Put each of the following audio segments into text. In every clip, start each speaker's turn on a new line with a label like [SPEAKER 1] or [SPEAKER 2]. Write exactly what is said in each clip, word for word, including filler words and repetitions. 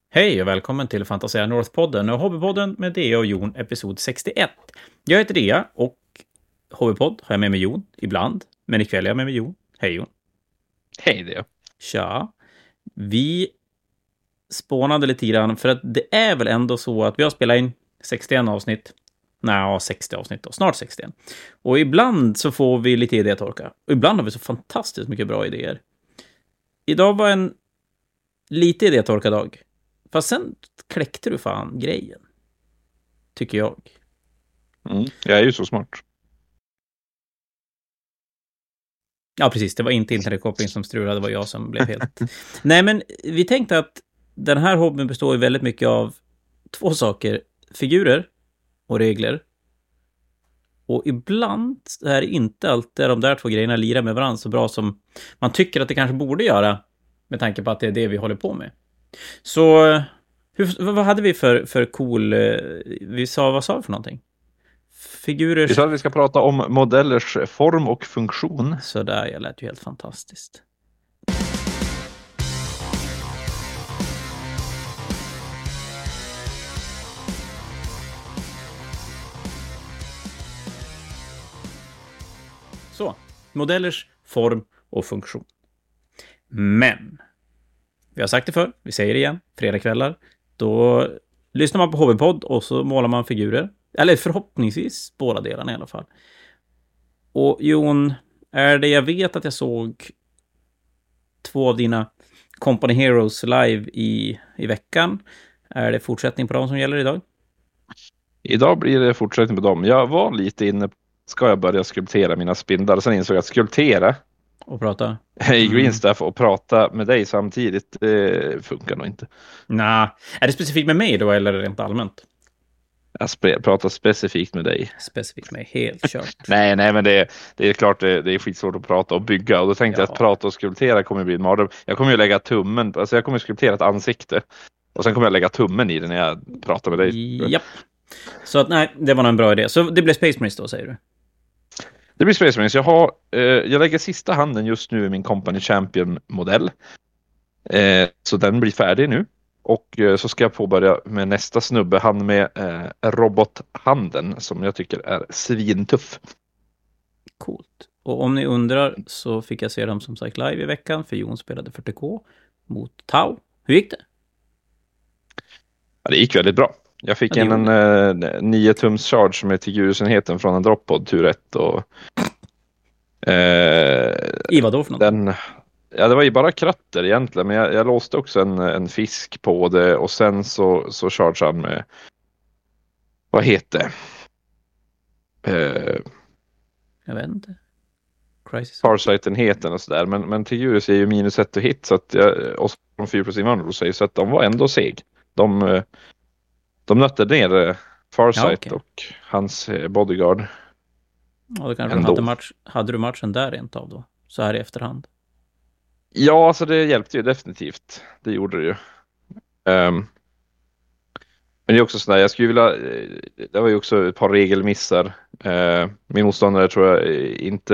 [SPEAKER 1] Hej och välkommen till Fantasia North-podden och Hobbypodden med Dea och Jon, episod sextioett. Jag heter Dea och Hobbypodd har jag med mig Jon ibland, men ikväll är jag med mig Jon. Hej Jon.
[SPEAKER 2] Hej Dea.
[SPEAKER 1] Tja. Vi spånade lite grann för att det är väl ändå så att vi har spelat in sextioett avsnitt. Nej, sextio avsnitt då. Snart sextio. Och ibland så får vi lite idétorka. Och ibland har vi så fantastiskt mycket bra idéer. Idag var en lite idétorka dag. Fast sen kläckte du fan grejen. Tycker jag.
[SPEAKER 2] Mm, jag är ju så smart.
[SPEAKER 1] Ja, precis. Det var inte internetkoppling som strulade. Det var jag som blev helt... Nej, men vi tänkte att den här hobbyn består ju väldigt mycket av två saker. Figurer och regler. Och ibland är det inte alltid de där två grejerna lirar med varandra så bra som man tycker att det kanske borde göra. Med tanke på att det är det vi håller på med. Så hur, vad hade vi för, för cool... Vi sa, vad sa vi för någonting? Figurer...
[SPEAKER 2] Vi sa att vi ska prata om modellers form och funktion.
[SPEAKER 1] Så där, jag lät ju helt fantastiskt. Så, modellers form och funktion. Men... Vi har sagt det förr, vi säger det igen, fredagskvällar. Då lyssnar man på Hobbypodd och så målar man figurer. Eller förhoppningsvis båda delarna i alla fall. Och Jon, är det jag vet att jag såg två av dina Company Heroes live i, i veckan. Är det fortsättning på dem som gäller idag?
[SPEAKER 2] Idag blir det fortsättning på dem. Jag var lite inne på, ska jag börja skulptera mina spindlar? Sen insåg jag att skulptera
[SPEAKER 1] och prata
[SPEAKER 2] i Greenstaff och prata med dig samtidigt, det funkar nog inte.
[SPEAKER 1] Nej, är det specifikt med mig då eller rent allmänt?
[SPEAKER 2] Jag sp- pratar specifikt med dig.
[SPEAKER 1] Specifikt med mig, helt kört.
[SPEAKER 2] nej, nej, men det, det är klart det, det är skitsvårt att prata och bygga. Och då tänkte
[SPEAKER 1] Ja.
[SPEAKER 2] jag att prata och skulptera kommer bli en mardröm. Jag kommer ju lägga tummen, alltså jag kommer skulptera ett ansikte. Och sen kommer jag lägga tummen i det när jag pratar med dig.
[SPEAKER 1] Japp. Så att nej, det var nog en bra idé. Så det blir Space Marines då, säger du?
[SPEAKER 2] Det blir Space Marines. Jag, har, eh, jag lägger sista handen just nu i min Company Champion-modell. Eh, så den blir färdig nu. Och eh, så ska jag påbörja med nästa snubbe. Han med eh, robothanden som jag tycker är svintuff.
[SPEAKER 1] Coolt. Och om ni undrar så fick jag se dem som sagt live i veckan. För Jon spelade fyrtio K mot Tau. Hur gick det?
[SPEAKER 2] Ja, det gick väldigt bra. Jag fick ja, en, en eh, nio tums charge med tillgusenheten från en droppod tur ett och eh,
[SPEAKER 1] I vad då för något?
[SPEAKER 2] Den, ja, det var ju bara kratter egentligen, men jag, jag låste också en, en fisk på det och sen så, så charge han med vad heter eh,
[SPEAKER 1] jag vet inte.
[SPEAKER 2] Crisis. Farsight-enheten och sådär, men, men Tigurus är ju minus ett och hit så att jag, och från fyra plus invandrare säger så att de var ändå seg. De De nötte ner Farsight ja, okay. och hans bodyguard.
[SPEAKER 1] Ja, då kanske hade, match, hade du matchen där rent av då? Så här i efterhand.
[SPEAKER 2] Ja, alltså det hjälpte ju definitivt. Det gjorde det ju. Um, men det är också sådär, jag skulle vilja... Det var ju också ett par regelmissar. Uh, min motståndare tror jag inte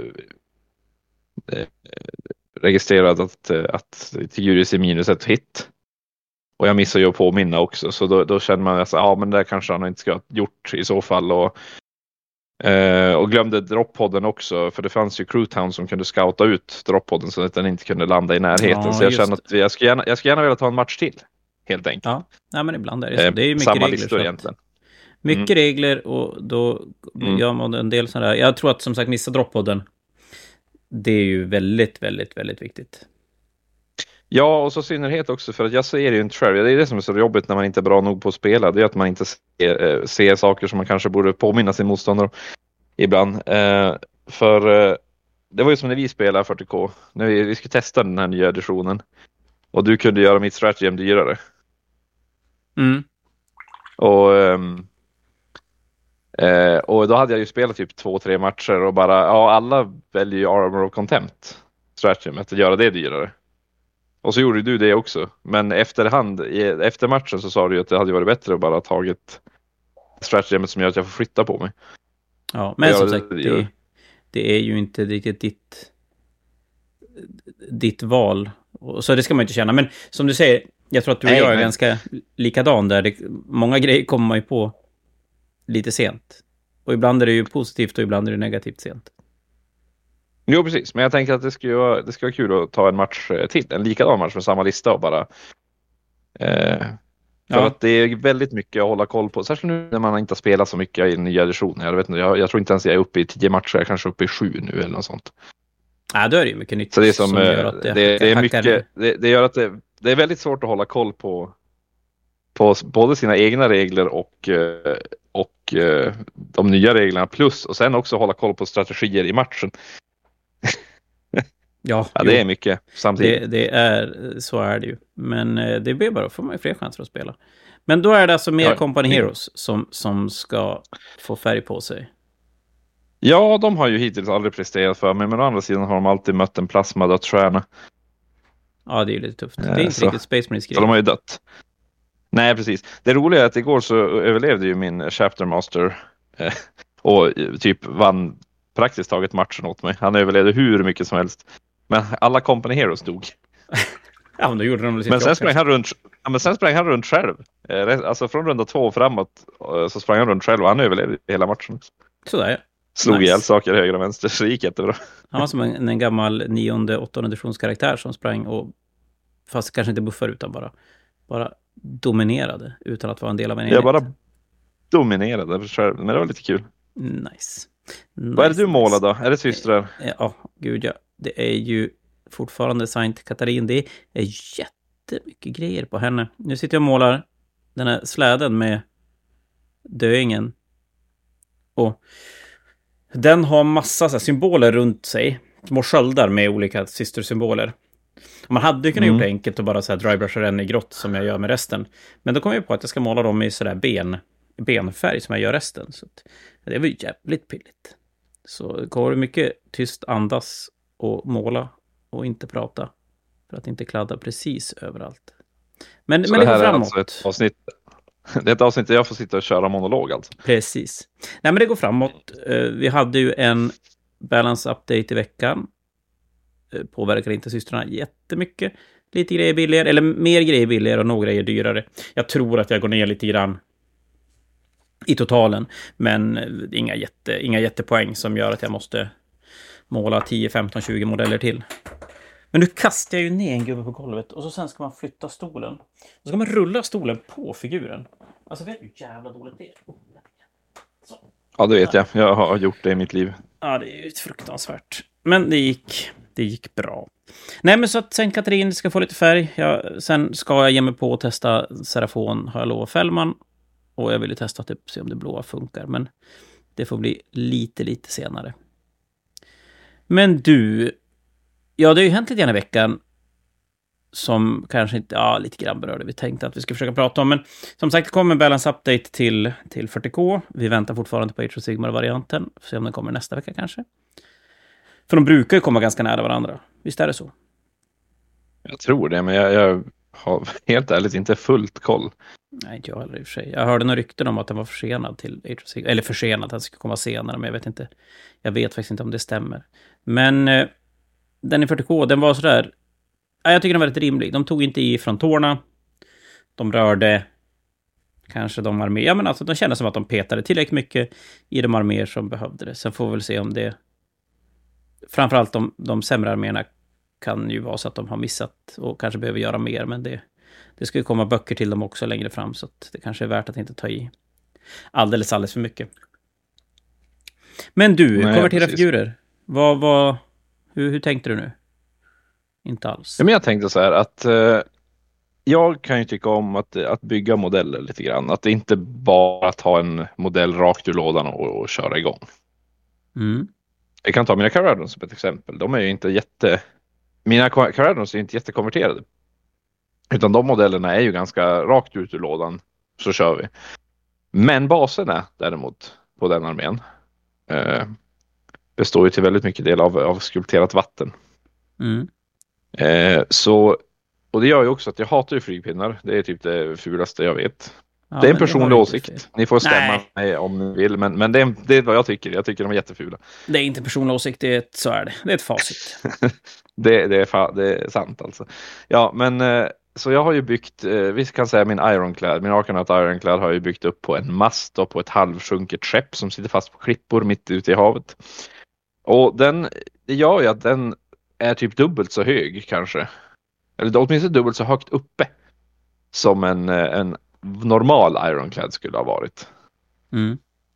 [SPEAKER 2] uh, registrerade att, att Tigurus är minus ett hit. Och jag missar ju att påminna också. Så då, då känner man att ja, men det kanske han inte ska ha gjort i så fall. Och, eh, och glömde droppodden också. För det fanns ju Crewtown som kunde scouta ut droppodden så att den inte kunde landa i närheten. Ja, så jag känner att jag skulle, gärna, jag skulle gärna vilja ta en match till. Helt enkelt.
[SPEAKER 1] Ja, nej, men ibland är det så.
[SPEAKER 2] Eh,
[SPEAKER 1] det är ju mycket
[SPEAKER 2] samma
[SPEAKER 1] regler.
[SPEAKER 2] listor egentligen.
[SPEAKER 1] Mycket mm. regler och då mm. gör man en del sådär. Jag tror att som sagt missa droppodden. Det är ju väldigt, väldigt, väldigt viktigt.
[SPEAKER 2] Ja, och så synnerhet också för att jag ser ju en trivia. Det är det som är så jobbigt när man inte är bra nog på att spela. Det är att man inte ser, äh, ser saker som man kanske borde påminna sin motståndare ibland. Äh, för äh, det var ju som när vi spelade fyrtio K. När vi, vi skulle testa den här nya editionen. Och du kunde göra mitt stratagem dyrare.
[SPEAKER 1] Mm.
[SPEAKER 2] Och, ähm, äh, och då hade jag ju spelat typ två, tre matcher och bara, ja alla väljer ju Armor of Contempt stratagem att göra det dyrare. Och så gjorde du det också. Men efterhand, efter matchen så sa du ju att det hade varit bättre att bara ha tagit stratagemet som gör att jag får flytta på mig.
[SPEAKER 1] Ja, men som sagt, det, det är ju inte riktigt ditt, ditt val. Så det ska man inte känna. Men som du säger, Jag tror att du och
[SPEAKER 2] Nej,
[SPEAKER 1] jag är
[SPEAKER 2] men-
[SPEAKER 1] ganska likadan där. Det, många grejer kommer man ju på lite sent. Och ibland är det ju positivt och ibland är det negativt sent.
[SPEAKER 2] Jo, precis. Men jag tänker att det skulle vara, det skulle vara kul att ta en match eh, till. En likadan match med samma lista och bara... Eh, för
[SPEAKER 1] Ja.
[SPEAKER 2] att det är väldigt mycket att hålla koll på. Särskilt nu när man inte har spelat så mycket i nya editioner. Jag, vet inte, jag, jag tror inte ens jag är uppe i tio matcher. Jag är kanske uppe i sju nu eller något sånt.
[SPEAKER 1] Ja, då är det ju mycket nytt
[SPEAKER 2] Så det är som,
[SPEAKER 1] som
[SPEAKER 2] eh,
[SPEAKER 1] gör att det,
[SPEAKER 2] det, det är
[SPEAKER 1] hackar-
[SPEAKER 2] mycket, det, det gör att det, det är väldigt svårt att hålla koll på, på både sina egna regler och, eh, och eh, de nya reglerna plus och sen också hålla koll på strategier i matchen.
[SPEAKER 1] Ja,
[SPEAKER 2] Ja,
[SPEAKER 1] jo,
[SPEAKER 2] det är mycket samtidigt.
[SPEAKER 1] det, det är, så är det ju. Men eh, det blir bara, då får man ju fler chanser att spela. Men då är det alltså mer
[SPEAKER 2] Ja,
[SPEAKER 1] Company
[SPEAKER 2] det-
[SPEAKER 1] Heroes som, som ska få färg på sig.
[SPEAKER 2] Ja, de har ju hittills aldrig presterat för mig, men å andra sidan har de alltid mött en plasmadödsstjärna.
[SPEAKER 1] Ja, det är ju lite tufft. Det är
[SPEAKER 2] Eh,
[SPEAKER 1] inte
[SPEAKER 2] så-
[SPEAKER 1] riktigt Space Marines
[SPEAKER 2] Så de
[SPEAKER 1] grej.
[SPEAKER 2] har ju dött. Nej, precis. Det roliga är att igår så överlevde ju min Chapter Master eh, och eh, typ vann praktiskt taget matchen åt mig. Han överlevde hur mycket som helst. Men alla Company Heroes dog.
[SPEAKER 1] Ja, men då gjorde de väl sitt
[SPEAKER 2] Men sen
[SPEAKER 1] jobb,
[SPEAKER 2] sprang,
[SPEAKER 1] kanske.
[SPEAKER 2] han runt, ja, men sen sprang han runt själv. Eh, re- Alltså från runda två och framåt eh, så sprang han runt själv och han överlevde hela matchen.
[SPEAKER 1] Sådär, ja.
[SPEAKER 2] Slog
[SPEAKER 1] Nice.
[SPEAKER 2] ihjäl saker höger och vänster, så det gick jättebra.
[SPEAKER 1] Han var som en, en gammal nionde, åttonde editionskaraktär som sprang och, fast kanske inte buffar utan bara, bara dominerade utan att vara en del av en
[SPEAKER 2] Jag
[SPEAKER 1] enhet.
[SPEAKER 2] bara dominerade själv, men det var lite kul.
[SPEAKER 1] Nice.
[SPEAKER 2] Vad är det du målar då? Är det systrar?
[SPEAKER 1] Ja, gud ja. Det är ju fortfarande Saint Katarin. Det är jättemycket grejer på henne. Nu sitter jag och målar den här släden med döingen. Och den har massa så här, symboler runt sig. Små sköldar med olika systersymboler. Man hade ju kunnat
[SPEAKER 2] Mm.
[SPEAKER 1] gjort det enkelt och bara så här drybrusha den i grått som jag gör med resten. Men då kom jag på att jag ska måla dem i sådär ben, benfärg som jag gör resten. Så att, det var ju jävligt pilligt. Så det går mycket tyst andas och måla och inte prata. För att inte kladda precis överallt. Men,
[SPEAKER 2] Så
[SPEAKER 1] men det,
[SPEAKER 2] det
[SPEAKER 1] går
[SPEAKER 2] här är
[SPEAKER 1] framåt.
[SPEAKER 2] alltså ett avsnitt. Det är ett avsnitt där jag får sitta och köra monolog alltså.
[SPEAKER 1] Precis. Nej, men det går framåt. Eh, Vi hade ju en balance update i veckan. Eh, Påverkar inte systrarna jättemycket. Lite grejer billigare, eller mer grejer billigare och några grejer dyrare. Jag tror att jag går ner lite grann i totalen. Men eh, inga, jätte, inga jättepoäng som gör att jag måste måla tio, femton, tjugo modeller till. Men nu kastar jag ju ner en gubbe på golvet och så sen ska man flytta stolen. Och så ska man rulla stolen på figuren. Alltså vet du hur jävla dåligt det är? Så.
[SPEAKER 2] Ja, det vet jag. Jag har gjort det i mitt liv.
[SPEAKER 1] Ja, det är ju fruktansvärt. Men det gick, det gick bra. Nej, men så att Saint Katarin ska få lite färg. Jag, sen ska jag ge mig på att testa Serafon, har jag lovat Fällman. Och jag vill ju testa att se om det blåa funkar. Men det får bli lite, lite senare. Men du, ja, det har ju hänt lite grann i veckan som kanske inte, ja, lite grann berörde vi tänkte att vi ska försöka prata om. Men som sagt, det kommer en balance update till, till fyrtio K. Vi väntar fortfarande på Age of Sigmar-varianten. Får se om den kommer nästa vecka kanske. För de brukar ju komma ganska nära varandra. Visst är det så?
[SPEAKER 2] Jag tror det, men jag, jag har helt ärligt inte fullt koll.
[SPEAKER 1] Nej, inte jag heller i och för sig. Jag hörde några rykten om att den var försenad till Age of Sigmar. Eller försenad, att den skulle komma senare, men jag vet inte. Jag vet faktiskt inte om det stämmer. Men eh, den i fyrtio K, den var sådär... Ja, jag tycker den var väldigt rimlig. De tog inte i från tårna. De rörde kanske de arméer. Ja, men alltså de kände som att de petade tillräckligt mycket i de arméer som behövde det. Sen får vi väl se om det... Framförallt de, de sämre arméerna kan ju vara så att de har missat och kanske behöver göra mer. Men det, det ska ju komma böcker till dem också längre fram, så att det kanske är värt att inte ta i alldeles, alldeles för mycket. Men du,
[SPEAKER 2] Nej,
[SPEAKER 1] konvertera
[SPEAKER 2] precis.
[SPEAKER 1] figurer. Vad, vad, hur, hur tänkte du nu? Inte alls.
[SPEAKER 2] Ja, men jag tänkte så här att eh, jag kan ju tycka om att, att bygga modeller lite grann. Att inte bara ta en modell rakt ur lådan och, och köra igång.
[SPEAKER 1] Mm.
[SPEAKER 2] Jag kan ta mina Caradons som ett exempel. De är ju inte jätte... Mina Caradons är inte jättekonverterade. Utan de modellerna är ju ganska rakt ut ur lådan. Så kör vi. Men baserna däremot på den armén eh, består ju till väldigt mycket del av, av skulpterat vatten.
[SPEAKER 1] Mm.
[SPEAKER 2] Eh, så, och det gör ju också att jag hatar ju flygpinnar. Det är typ det fulaste jag vet.
[SPEAKER 1] Ja,
[SPEAKER 2] det är en
[SPEAKER 1] men
[SPEAKER 2] personlig
[SPEAKER 1] har du inte
[SPEAKER 2] åsikt.
[SPEAKER 1] fel.
[SPEAKER 2] Ni får stämma
[SPEAKER 1] Nej.
[SPEAKER 2] mig om ni vill. Men, men det, är, det är vad jag tycker. Jag tycker de är jättefula.
[SPEAKER 1] Det är inte personlig åsikt, det är ett, så är det. Det är ett facit.
[SPEAKER 2] det, det, är fa, det är sant alltså. Ja, men eh, så jag har ju byggt, eh, vi kan säga min Ironclad, min Arcanaut Ironclad har ju byggt upp på en mast och på ett halvsjunket skepp som sitter fast på klippor mitt ute i havet. Och den, det gör ju att den är typ dubbelt så hög kanske. Eller åtminstone dubbelt så högt uppe som en, en normal Ironclad skulle ha varit.
[SPEAKER 1] Mm.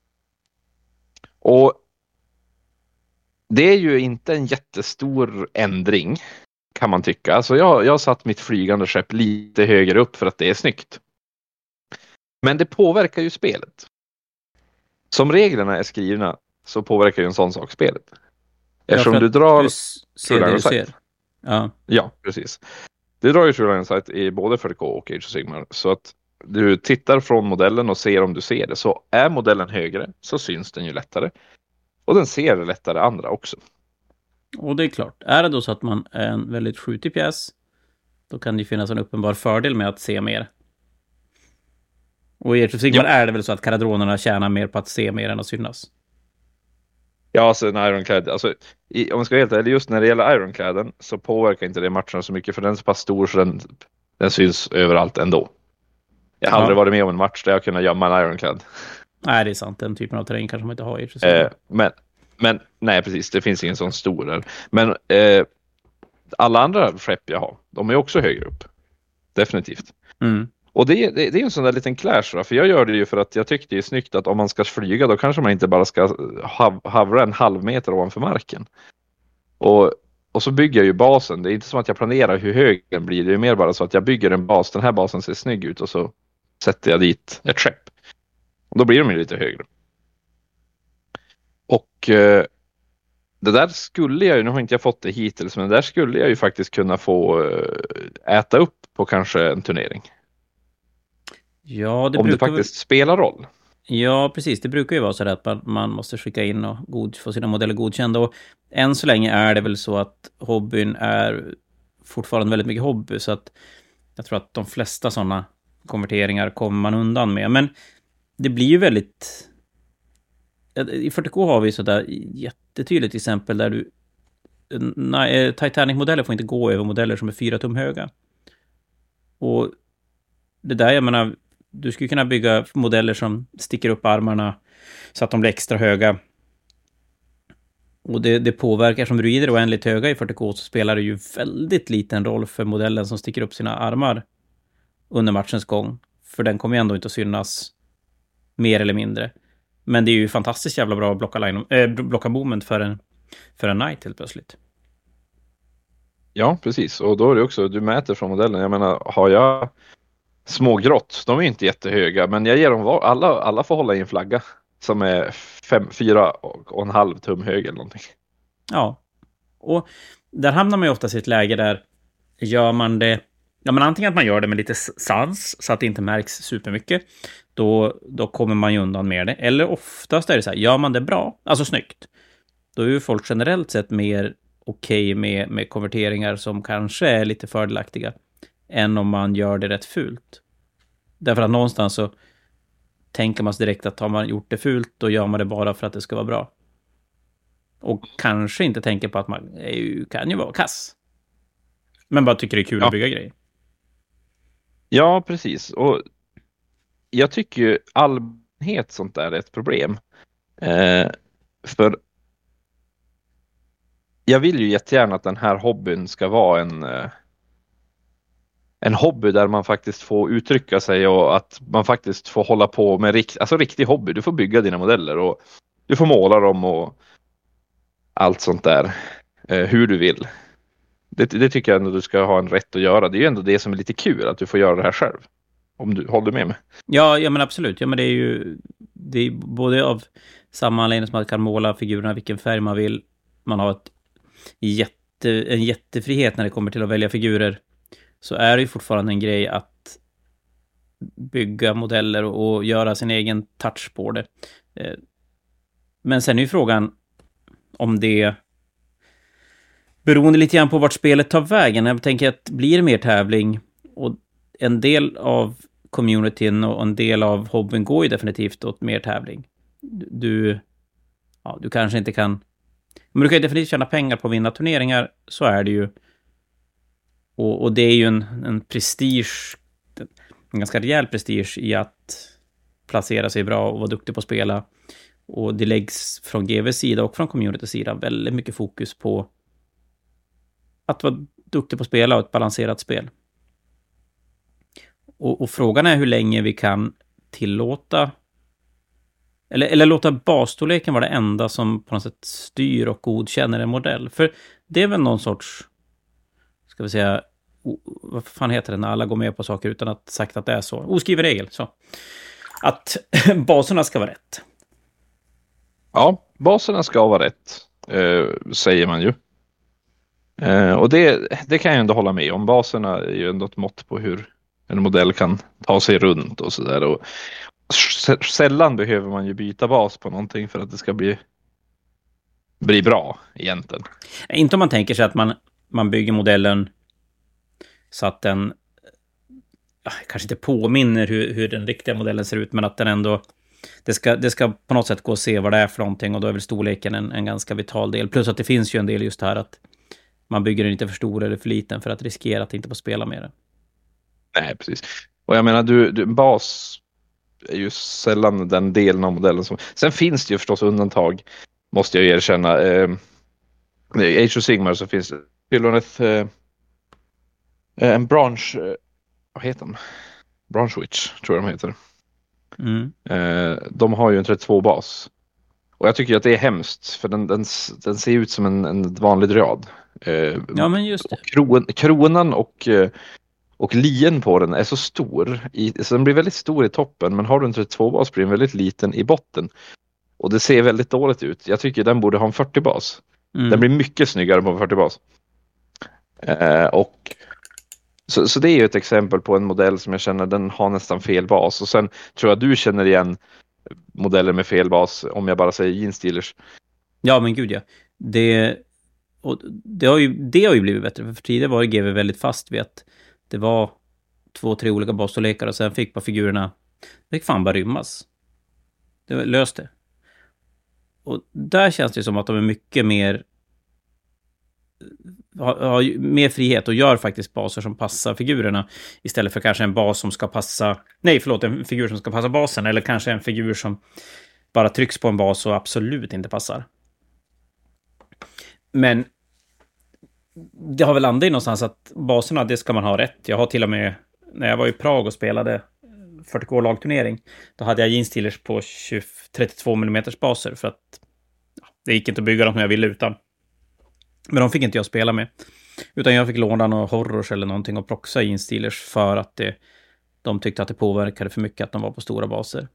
[SPEAKER 2] Och det är ju inte en jättestor ändring kan man tycka. Alltså jag, jag har satt mitt flygande skepp lite högre upp för att det är snyggt. Men det påverkar ju spelet. Som reglerna är skrivna så påverkar ju en sån sak spelet. Eftersom
[SPEAKER 1] ja,
[SPEAKER 2] du drar
[SPEAKER 1] du ser det du ser. Ja.
[SPEAKER 2] Ja, precis. Du drar ju True Line of Sight i både fyrtio K och Age of Sigmar. Så att du tittar från modellen och ser om du ser det. Så är modellen högre så syns den ju lättare. Och den ser lättare andra också.
[SPEAKER 1] Och det är klart, är det då så att man är en väldigt skjutig pjäs, då kan det finnas en uppenbar fördel med att se mer. Och i Age of Sigmar ja. är det väl så att karadronerna tjänar mer på att se mer än att synas.
[SPEAKER 2] Ja, alltså en Ironclad, alltså, i, om man ska vara helt ärlig, just när det gäller Ironcladen så påverkar inte det matcherna så mycket, för den är så pass stor så den, den syns överallt ändå. Jag har ja. aldrig varit med om en match där jag kunnat gömma en Ironclad.
[SPEAKER 1] Nej, det är sant. Den typen av terräng kanske man inte har i Age of Sigmar.
[SPEAKER 2] Eh, men, men, nej precis, det finns ingen sån stor där. Men eh, alla andra skepp jag har, de är också högre upp. Definitivt.
[SPEAKER 1] Mm.
[SPEAKER 2] Och det, det, det är en sån där liten clash, va? För jag gör det ju för att jag tycker det är snyggt att om man ska flyga då kanske man inte bara ska hav, havra en halv meter ovanför marken. Och, och så bygger jag ju basen. Det är inte som att jag planerar hur hög den blir. Det är mer bara så att jag bygger en bas. Den här basen ser snygg ut och så sätter jag dit ett skepp. Och då blir de ju lite högre. Och eh, det där skulle jag ju, nu har inte jag fått det hittills, men det där skulle jag ju faktiskt kunna få eh, äta upp på kanske en turnering.
[SPEAKER 1] Ja, det
[SPEAKER 2] om det
[SPEAKER 1] brukar
[SPEAKER 2] faktiskt spelar roll.
[SPEAKER 1] Ja, precis. Det brukar ju vara så att man, man måste skicka in och god, få sina modeller godkända. Och än så länge är det väl så att hobbyn är fortfarande väldigt mycket hobby. Så att jag tror att de flesta sådana konverteringar kommer man undan med. Men det blir ju väldigt... I fyrtio K har vi sådär jättetydligt exempel där du... Nej, Titanic-modeller får inte gå över modeller som är fyra tum höga. Och det där, jag menar... Du skulle kunna bygga modeller som sticker upp armarna så att de blir extra höga. Och det, det påverkar, som druider och oändligt höga i fyrtio K så spelar det ju väldigt liten roll för modellen som sticker upp sina armar under matchens gång. För den kommer ju ändå inte att synas mer eller mindre. Men det är ju fantastiskt jävla bra att blocka, line, äh, blocka moment för en, för en knight helt plötsligt.
[SPEAKER 2] Ja, precis. Och då är det också, du mäter från modellen. Jag menar, har jag små grott, de är inte jättehöga, men jag ger dem var, alla, alla får hålla i en flagga som är fem, fyra och en halv tum hög eller någonting.
[SPEAKER 1] Ja, och där hamnar man ju ofta i ett läge där gör man det, ja men antingen att man gör det med lite sans så att det inte märks supermycket, då, då kommer man ju undan med det. Eller oftast är det så här, gör man det bra, alltså snyggt, då är ju folk generellt sett mer okej okay med, med konverteringar som kanske är lite fördelaktiga än om man gör det rätt fult. Därför att någonstans så tänker man sig direkt att har man gjort det fult, då gör man det bara för att det ska vara bra. Och kanske inte tänker på att man är ju, kan ju vara kass. Men bara tycker det är kul ja. att bygga grejer.
[SPEAKER 2] Ja, precis. Och jag tycker ju allmänhet sånt där är ett problem. Eh, för jag vill ju jättegärna att den här hobbyn ska vara en... Eh, en hobby där man faktiskt får uttrycka sig och att man faktiskt får hålla på med rikt, alltså riktig hobby. Du får bygga dina modeller och du får måla dem och allt sånt där. Eh, hur du vill. Det, det tycker jag ändå du ska ha en rätt att göra. Det är ju ändå det som är lite kul, att du får göra det här själv. Om du håller med mig. Ja,
[SPEAKER 1] ja men absolut. Ja, men det är ju det är både av samma anledning som man kan måla figurerna vilken färg man vill. Man har ett jätte, en jättefrihet när det kommer till att välja figurer. Så är det ju fortfarande en grej att bygga modeller och göra sin egen touch på det. Men sen är ju frågan om det, beroende lite grann på vart spelet tar vägen. Jag tänker att blir det mer tävling och en del av communityn och en del av hobbyn går ju definitivt åt mer tävling. Du, ja, du kanske inte kan, men du kan ju definitivt tjäna pengar på att vinna turneringar, så är det ju. Och, och det är ju en, en prestige, en ganska rejäl prestige i att placera sig bra och vara duktig på att spela. Och det läggs från G Vs sida och från communityns sida väldigt mycket fokus på att vara duktig på att spela och ett balanserat spel. Och, och frågan är hur länge vi kan tillåta eller, eller låta basstorleken vara det enda som på något sätt styr och godkänner en modell. För det är väl någon sorts, ska vi säga, o, vad fan heter det när alla går med på saker utan att sagt att det är så? Oskriven regel, så. Att baserna ska vara rätt.
[SPEAKER 2] Ja, baserna ska vara rätt, eh, säger man ju. Eh, och det, det kan jag ändå hålla med om. Baserna är ju ändå ett mått på hur en modell kan ta sig runt och sådär. Och sällan behöver man ju byta bas på någonting för att det ska bli, bli bra egentligen.
[SPEAKER 1] Inte om man tänker sig att man, man bygger modellen så att den ja, kanske inte påminner hur, hur den riktiga modellen ser ut, men att den ändå det ska, det ska på något sätt gå att se vad det är för någonting, och då är väl storleken en, en ganska vital del. Plus att det finns ju en del just här att man bygger den inte för stor eller för liten för att riskera att inte få spela med det. Nej,
[SPEAKER 2] precis. Och jag menar, du, du bas är ju sällan den delen av modellen som... Sen finns det ju förstås undantag, måste jag erkänna. Eh, I Age of Sigmar så finns det ett, eh, en branch... Eh, vad heter de? Branch Witch, tror jag de heter.
[SPEAKER 1] Mm.
[SPEAKER 2] Eh, de har ju en trettiotvå bas. Och jag tycker att det är hemskt, för den, den, den ser ut som en, en vanlig dryad. Eh,
[SPEAKER 1] ja, men just det.
[SPEAKER 2] Kron, kronan och... Eh, Och lien på den är så stor, i, så den blir väldigt stor i toppen, men har du en trettiotvå bas blir den väldigt liten i botten. Och det ser väldigt dåligt ut. Jag tycker den borde ha en fyrtio bas. Mm. Den blir mycket snyggare på en fyrtio bas. Eh, och så, så det är ju ett exempel på en modell som jag känner den har nästan fel bas. Och sen tror jag du känner igen modeller med fel bas, om jag bara säger Genestealers.
[SPEAKER 1] Ja, men gud ja. Det, och det, har ju, det har ju blivit bättre, för tidigare var G V väldigt fast vid att det var två, tre olika basstorlekar och sen fick bara figurerna, det fick fan bara rymmas. Det löste. Och där känns det som att de är mycket mer har, har mer frihet och gör faktiskt baser som passar figurerna istället för kanske en bas som ska passa, nej förlåt, en figur som ska passa basen, eller kanske en figur som bara trycks på en bas och absolut inte passar. Men det har väl landat i någonstans att baserna, det ska man ha rätt. Jag har till och med, när jag var i Prag och spelade fyrtio K-lagturnering, då hade jag Genestealers på tjugo, trettiotvå millimeter baser för att ja, det gick inte att bygga dem som jag ville utan. Men de fick inte jag spela med. Utan jag fick låna några horrors eller någonting och proxa Genestealers för att det, de tyckte att det påverkade för mycket att de var på stora baser.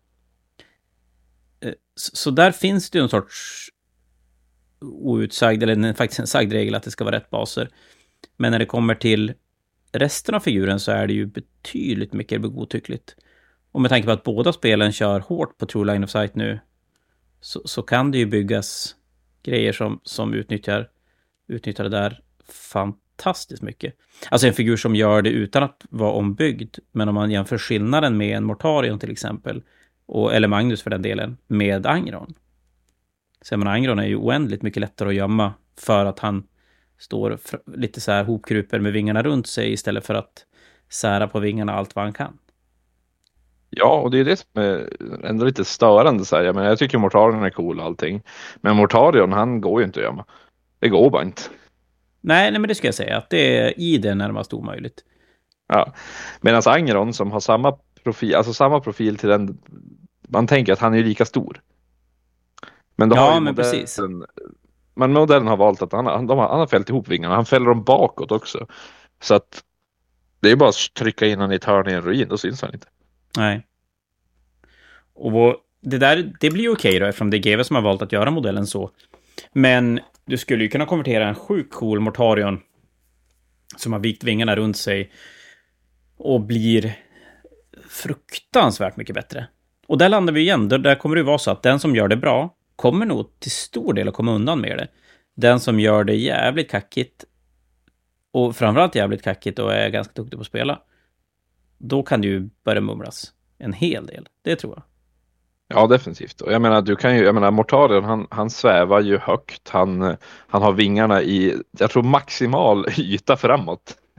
[SPEAKER 1] Så, så där finns det ju en sorts outsagd, eller faktiskt en sagd regel att det ska vara rätt baser. Men när det kommer till resten av figuren så är det ju betydligt mycket godtyckligt. Och med tanke på att båda spelen kör hårt på True Line of Sight nu så, så kan det ju byggas grejer som, som utnyttjar, utnyttjar det där fantastiskt mycket. Alltså en figur som gör det utan att vara ombyggd, men om man jämför skillnaden med en Mortarion till exempel, och, eller Magnus för den delen, med Angron. Så men Angron är ju oändligt mycket lättare att gömma för att han står lite så här hopkruper med vingarna runt sig istället för att sära på vingarna allt vad han kan.
[SPEAKER 2] Ja, och det är det som är ändå lite störande. Så här. Jag, menar, jag tycker Mortarion är cool och allting. Men Mortarion, han går ju inte att gömma. Det går bara inte.
[SPEAKER 1] Nej, nej men det ska jag säga. Att det är i det närmast omöjligt.
[SPEAKER 2] Ja, medan Angron som har samma profil, alltså samma profil till den, man tänker att han är lika stor. Men, då
[SPEAKER 1] ja,
[SPEAKER 2] har ju
[SPEAKER 1] men
[SPEAKER 2] modellen,
[SPEAKER 1] precis.
[SPEAKER 2] Men modellen har valt att han, han, har, han har fällt ihop vingarna. Han fäller dem bakåt också. Så att det är bara att trycka in han i ett hörn i en ruin. Då syns han inte.
[SPEAKER 1] Nej. Och det där, det blir ju okej då, eftersom det är G V som har valt att göra modellen så. Men du skulle ju kunna konvertera en sjukt cool Mortarion som har vikt vingarna runt sig och blir fruktansvärt mycket bättre. Och där landar vi igen. Där, där kommer det vara så att den som gör det bra kommer nog till stor del att komma undan med det. Den som gör det jävligt kackigt och framförallt jävligt kackigt och är ganska duktig på att spela, då kan det ju börja mumlas en hel del. Det tror jag.
[SPEAKER 2] Ja, definitivt. Och jag menar, du kan ju, jag menar, Mortarion, han, han svävar ju högt. Han, han har vingarna i, jag tror, maximal yta framåt.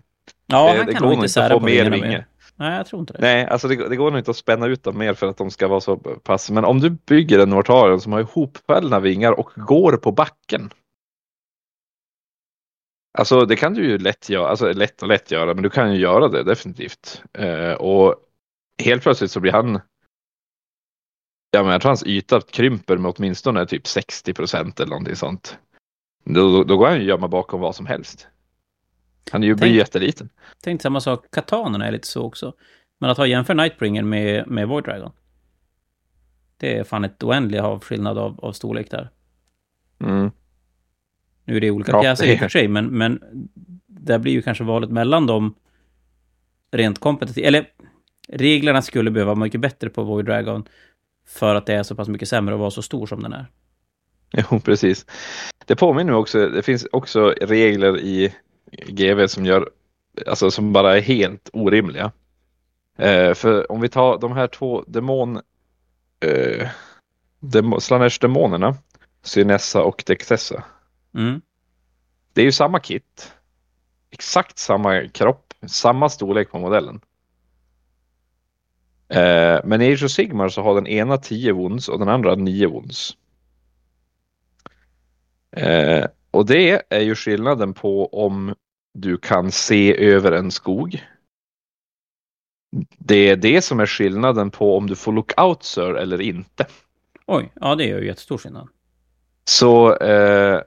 [SPEAKER 1] Ja,
[SPEAKER 2] Eh,
[SPEAKER 1] han
[SPEAKER 2] det
[SPEAKER 1] kan
[SPEAKER 2] går
[SPEAKER 1] nog
[SPEAKER 2] nog
[SPEAKER 1] inte
[SPEAKER 2] inte att
[SPEAKER 1] sära
[SPEAKER 2] få
[SPEAKER 1] på
[SPEAKER 2] mer
[SPEAKER 1] vingarna
[SPEAKER 2] vinge.
[SPEAKER 1] mer. Nej, jag tror inte det.
[SPEAKER 2] Nej, alltså det, det går nog inte att spänna ut dem mer för att de ska vara så pass. Men om du bygger en Mortarion som har ihopfällna vingar och går på backen. Alltså det kan du ju lätt göra, alltså lätt och lätt göra, men du kan ju göra det definitivt. Eh, och helt plötsligt så blir han, ja men jag tror hans yta krymper med åtminstone typ sextio procent eller någonting sånt. Då, då, då går han ju gömma bakom vad som helst. Han är ju, blir
[SPEAKER 1] Tänk,
[SPEAKER 2] jätteliten.
[SPEAKER 1] tänk samma sak, katanerna är lite så också. Men att ha jämför Nightbringer med, med Void Dragon. Det är fan ett oändligt av skillnad av, av storlek där.
[SPEAKER 2] Mm.
[SPEAKER 1] Nu är det olika
[SPEAKER 2] Ja,
[SPEAKER 1] pjäser
[SPEAKER 2] det
[SPEAKER 1] i och för sig, men, men där blir ju kanske valet mellan dem rent kompetitivt. Eller reglerna skulle behöva vara mycket bättre på Void Dragon för att det är så pass mycket sämre att vara så stor som den är.
[SPEAKER 2] Jo, precis. Det påminner mig också, det finns också regler i G V som gör, alltså som bara är helt orimliga. Eh, för om vi tar de här två demon, eh, dem, Slaanesh-demonerna, Synessa och Dectessa.
[SPEAKER 1] Mm.
[SPEAKER 2] Det är ju samma kit. Exakt samma kropp, samma storlek på modellen. Eh, men i Age of Sigmar så har den ena tio wounds och den andra nio wounds. Eh, och det är ju skillnaden på om du kan se över en skog. Det är det som är skillnaden på om du får lookout sir eller inte.
[SPEAKER 1] Oj, ja det är ju jättestor skillnad.
[SPEAKER 2] Så eh,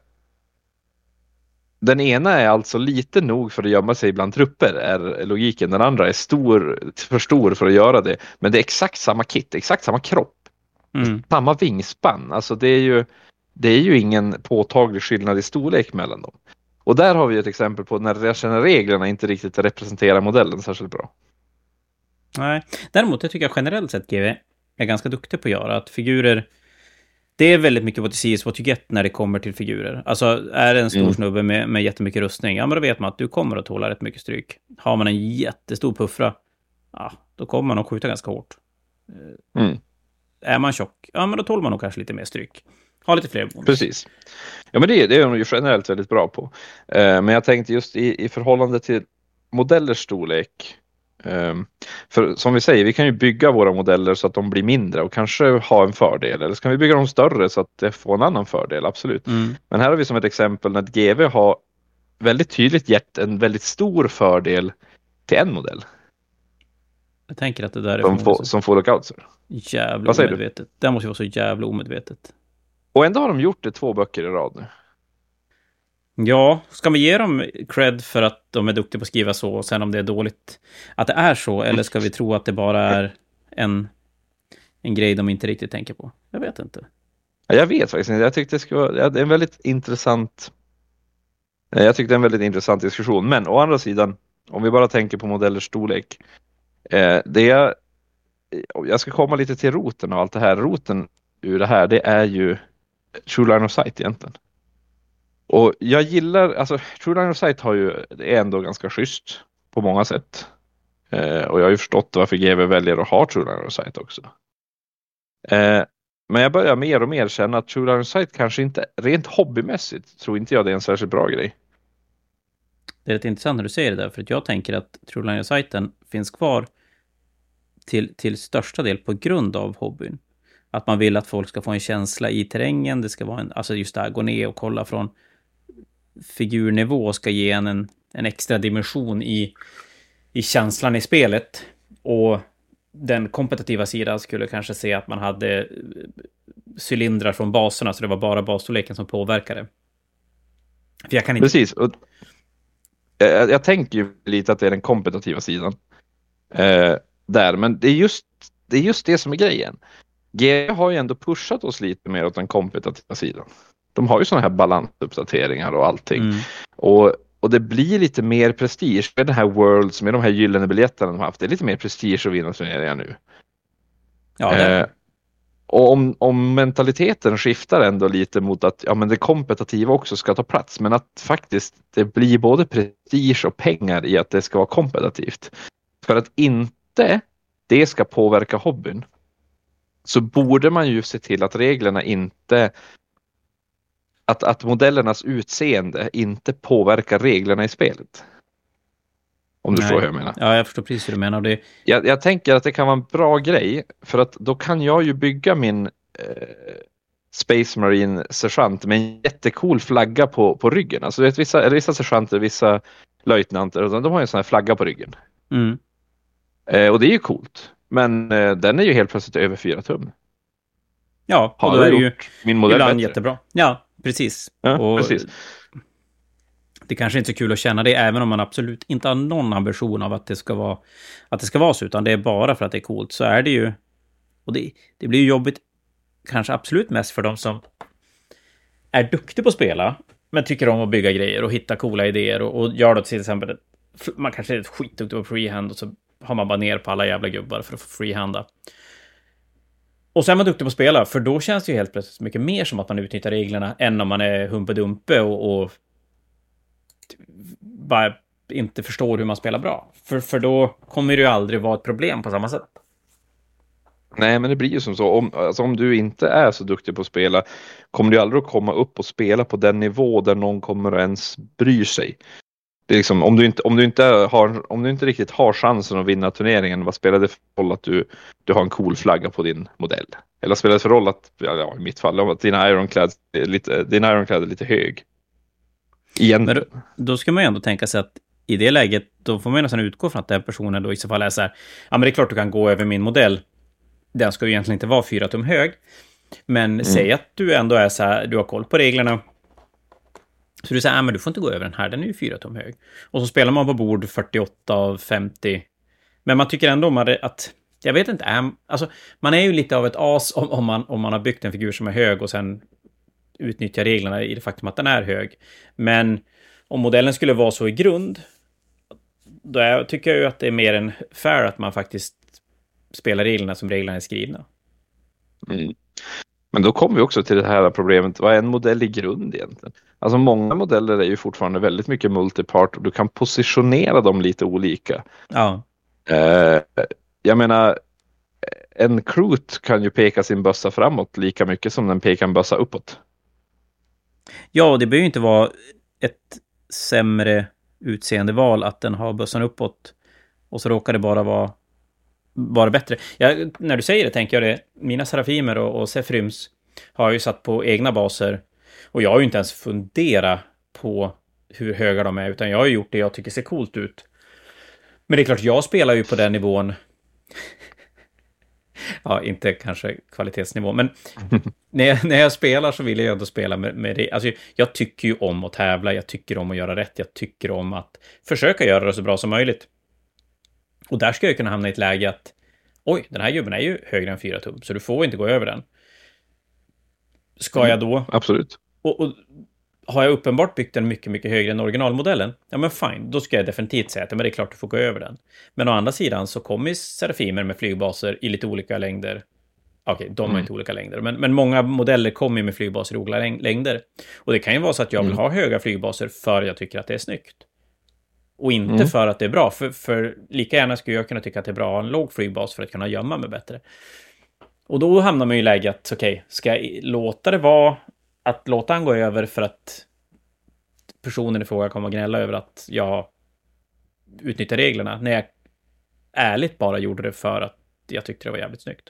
[SPEAKER 2] den ena är alltså lite nog för att gömma sig bland trupper är logiken. Den andra är stor, för stor för att göra det. Men det är exakt samma kit, exakt samma kropp.
[SPEAKER 1] Mm.
[SPEAKER 2] Samma vingspann. Alltså det är ju, det är ju ingen påtaglig skillnad i storlek mellan dem. Och där har vi ett exempel på när jag känner reglerna inte riktigt representerar modellen särskilt bra.
[SPEAKER 1] Nej, däremot jag tycker jag generellt sett G V är ganska duktig på att göra att figurer. Det är väldigt mycket what you see is what you get när det kommer till figurer. Alltså, är det en stor
[SPEAKER 2] Mm.
[SPEAKER 1] snubbe med, med jättemycket rustning, ja men då vet man att du kommer att tåla rätt mycket stryk. Har man en jättestor puffra, ja, då kommer man att skjuta ganska hårt.
[SPEAKER 2] Mm.
[SPEAKER 1] Är man tjock, ja men då tål man nog kanske lite mer stryk. Ha lite fler bonus.
[SPEAKER 2] Precis. Ja men det, det är de ju generellt väldigt bra på. Eh, men jag tänkte just i, i förhållande till modellers storlek. Eh, för som vi säger, vi kan ju bygga våra modeller så att de blir mindre och kanske ha en fördel. Eller så kan vi bygga dem större så att det får en annan fördel, absolut.
[SPEAKER 1] Mm.
[SPEAKER 2] Men här har vi som ett exempel när G V har väldigt tydligt gett en väldigt stor fördel till en modell.
[SPEAKER 1] Jag tänker att det där är
[SPEAKER 2] Som får, som får lookouts.
[SPEAKER 1] jävla
[SPEAKER 2] Vad säger du?
[SPEAKER 1] omedvetet. Det måste ju vara så jävla omedvetet.
[SPEAKER 2] Och ändå har de gjort det två böcker i rad nu.
[SPEAKER 1] Ja, ska vi ge dem cred för att de är duktiga på att skriva så och sen om det är dåligt att det är så, eller ska vi tro att det bara är en, en grej de inte riktigt tänker på? Jag vet inte.
[SPEAKER 2] Ja, jag vet faktiskt inte. Jag tyckte det skulle vara ja, det är en väldigt intressant jag tyckte det är en väldigt intressant diskussion. Men å andra sidan, om vi bara tänker på modellers storlek. Eh, det är, jag ska komma lite till roten och allt det här. Roten ur det här, det är ju True Line of Sight egentligen. Och jag gillar, alltså True Line of Sight har ju, det är ändå ganska schysst på många sätt. Eh, och jag har ju förstått varför G V väljer att ha True Line of Sight också. Eh, men jag börjar mer och mer känna att True Line of Sight kanske inte, rent hobbymässigt, tror inte jag det är en särskilt bra grej.
[SPEAKER 1] Det är rätt intressant när du säger det där, för att jag tänker att True Line of Sighten finns kvar till, till största del på grund av hobbyn. Att man vill att folk ska få en känsla i terrängen, det ska vara en, alltså just det här, gå ner och kolla från figurnivå ska ge en, en, en extra dimension i, i känslan i spelet. Och den kompetitiva sidan skulle kanske se att man hade cylindrar från baserna, så det var bara basstorleken som påverkade. För jag kan inte...
[SPEAKER 2] Precis. Och jag, jag tänker ju lite att det är den kompetitiva sidan. Eh, där, men det är, just, det är just det som är grejen. G har ju ändå pushat oss lite mer åt den kompetitiva sidan. De har ju sådana här balansuppdateringar och allting. Mm. Och, och det blir lite mer prestige med den här Worlds, med de här gyllene biljetterna de har haft. Det är lite mer prestige att vinna turneringar nu.
[SPEAKER 1] Ja, det.
[SPEAKER 2] Eh, och om, om mentaliteten skiftar ändå lite mot att ja, men det kompetitiva också ska ta plats. Men att faktiskt det blir både prestige och pengar i att det ska vara kompetitivt. För att inte det ska påverka hobbyn, så borde man ju se till att reglerna inte, att, att modellernas utseende inte påverkar reglerna i spelet. Om du
[SPEAKER 1] Nej.
[SPEAKER 2] förstår hur jag menar.
[SPEAKER 1] Ja, jag förstår precis hur du menar. Det...
[SPEAKER 2] Jag, jag tänker att det kan vara en bra grej, för att då kan jag ju bygga min eh, Space Marine sergeant med en jättecool flagga på, på ryggen. Alltså det är vissa, vissa sergeanter, vissa löjtnanter, de har ju en sån här flagga på ryggen.
[SPEAKER 1] Mm.
[SPEAKER 2] Eh, och det är ju coolt. Men eh, den är ju helt plötsligt över fyra tum.
[SPEAKER 1] Ja, och
[SPEAKER 2] har
[SPEAKER 1] då är det ju
[SPEAKER 2] min modell
[SPEAKER 1] ibland
[SPEAKER 2] bättre.
[SPEAKER 1] jättebra. Ja, precis.
[SPEAKER 2] Ja,
[SPEAKER 1] och
[SPEAKER 2] precis.
[SPEAKER 1] Det kanske inte är så kul att känna det, även om man absolut inte har någon ambition av att det ska vara, att det ska vara så, utan det är bara för att det är coolt. Så är det ju. Och det, det blir ju jobbigt, kanske absolut mest för de som är duktiga på att spela, men tycker om att bygga grejer och hitta coola idéer och, och gör då till exempel, man kanske är skitduktig på freehand och så har man bara ner på alla jävla gubbar för att få freehanda. Och så är man duktig på att spela, för då känns det ju helt plötsligt mycket mer som att man utnyttjar reglerna än om man är humpedumpe och, och bara inte förstår hur man spelar bra. För, för då kommer det ju aldrig vara ett problem på samma sätt.
[SPEAKER 2] Nej, men det blir ju som så. Om, alltså, om du inte är så duktig på att spela kommer du aldrig att komma upp och spela på den nivå där någon kommer att ens bry sig. Det är liksom, om, du inte, om, du inte har, om du inte riktigt har chansen att vinna turneringen, vad spelar det för roll att du, du har en cool flagga på din modell? Eller spelar det för roll att, ja, i mitt fall, att din Ironclad är lite, din Ironclad är lite hög? Igen.
[SPEAKER 1] Men då, då ska man ju ändå tänka sig att i det läget, då får man ju nästan utgå från att den personen då i så fall är så här, ja men det är klart du kan gå över min modell. Den ska ju egentligen inte vara fyra tum hög. Men mm. säg att du ändå är så här, du har koll på reglerna. Så du säger, ja men du får inte gå över den här, den är ju fyra tum hög. Och så spelar man på bord fyrtioåtta av femtio. Men man tycker ändå om att, jag vet inte, alltså man är ju lite av ett as om, om, man, om man har byggt en figur som är hög och sen utnyttjar reglerna i det faktum att den är hög. Men om modellen skulle vara så i grund, då är, tycker jag ju att det är mer än fair att man faktiskt spelar reglerna som reglerna är skrivna.
[SPEAKER 2] Mm. Men då kommer vi också till det här problemet, vad är en modell i grund egentligen? Alltså många modeller är ju fortfarande väldigt mycket multipart och du kan positionera dem lite olika.
[SPEAKER 1] Ja.
[SPEAKER 2] Eh, jag menar, en Kroot kan ju peka sin bössa framåt lika mycket som den pekar en bössa uppåt.
[SPEAKER 1] Ja, och det behöver ju inte vara ett sämre utseende val att den har bössan uppåt och så råkar det bara vara vara bättre. Jag, när du säger det tänker jag det, mina Serafimer och, och Sefryms har ju satt på egna baser och jag har ju inte ens funderat på hur höga de är, utan jag har ju gjort det jag tycker ser coolt ut. Men det är klart, jag spelar ju på den nivån. Ja, inte kanske kvalitetsnivå, men när jag, när jag spelar så vill jag ändå spela med, med det. Alltså, jag tycker ju om att tävla, jag tycker om att göra rätt, jag tycker om att försöka göra det så bra som möjligt. Och där ska jag kunna hamna i ett läge att oj, den här gubben är ju högre än fyra tum, så du får inte gå över den. Ska mm, jag då?
[SPEAKER 2] Absolut.
[SPEAKER 1] Och, och har jag uppenbart byggt den mycket, mycket högre än originalmodellen, ja men fine, då ska jag definitivt säga att men det är klart du får gå över den. Men å andra sidan så kommer Serafimer med flygbaser i lite olika längder. Okej, okay, de har mm. inte olika längder, men, men många modeller kommer med flygbaser i olika längder. Och det kan ju vara så att jag vill mm. ha höga flygbaser för jag tycker att det är snyggt. Och inte mm. för att det är bra. För, för lika gärna skulle jag kunna tycka att det är bra att ha en låg flygbas för att kunna gömma mig bättre. Och då hamnar man i läget att okej, okay, ska jag låta det vara att låta han gå över för att personen i fråga kommer att gnälla över att jag utnyttjar reglerna när jag ärligt bara gjorde det för att jag tyckte det var jävligt snyggt.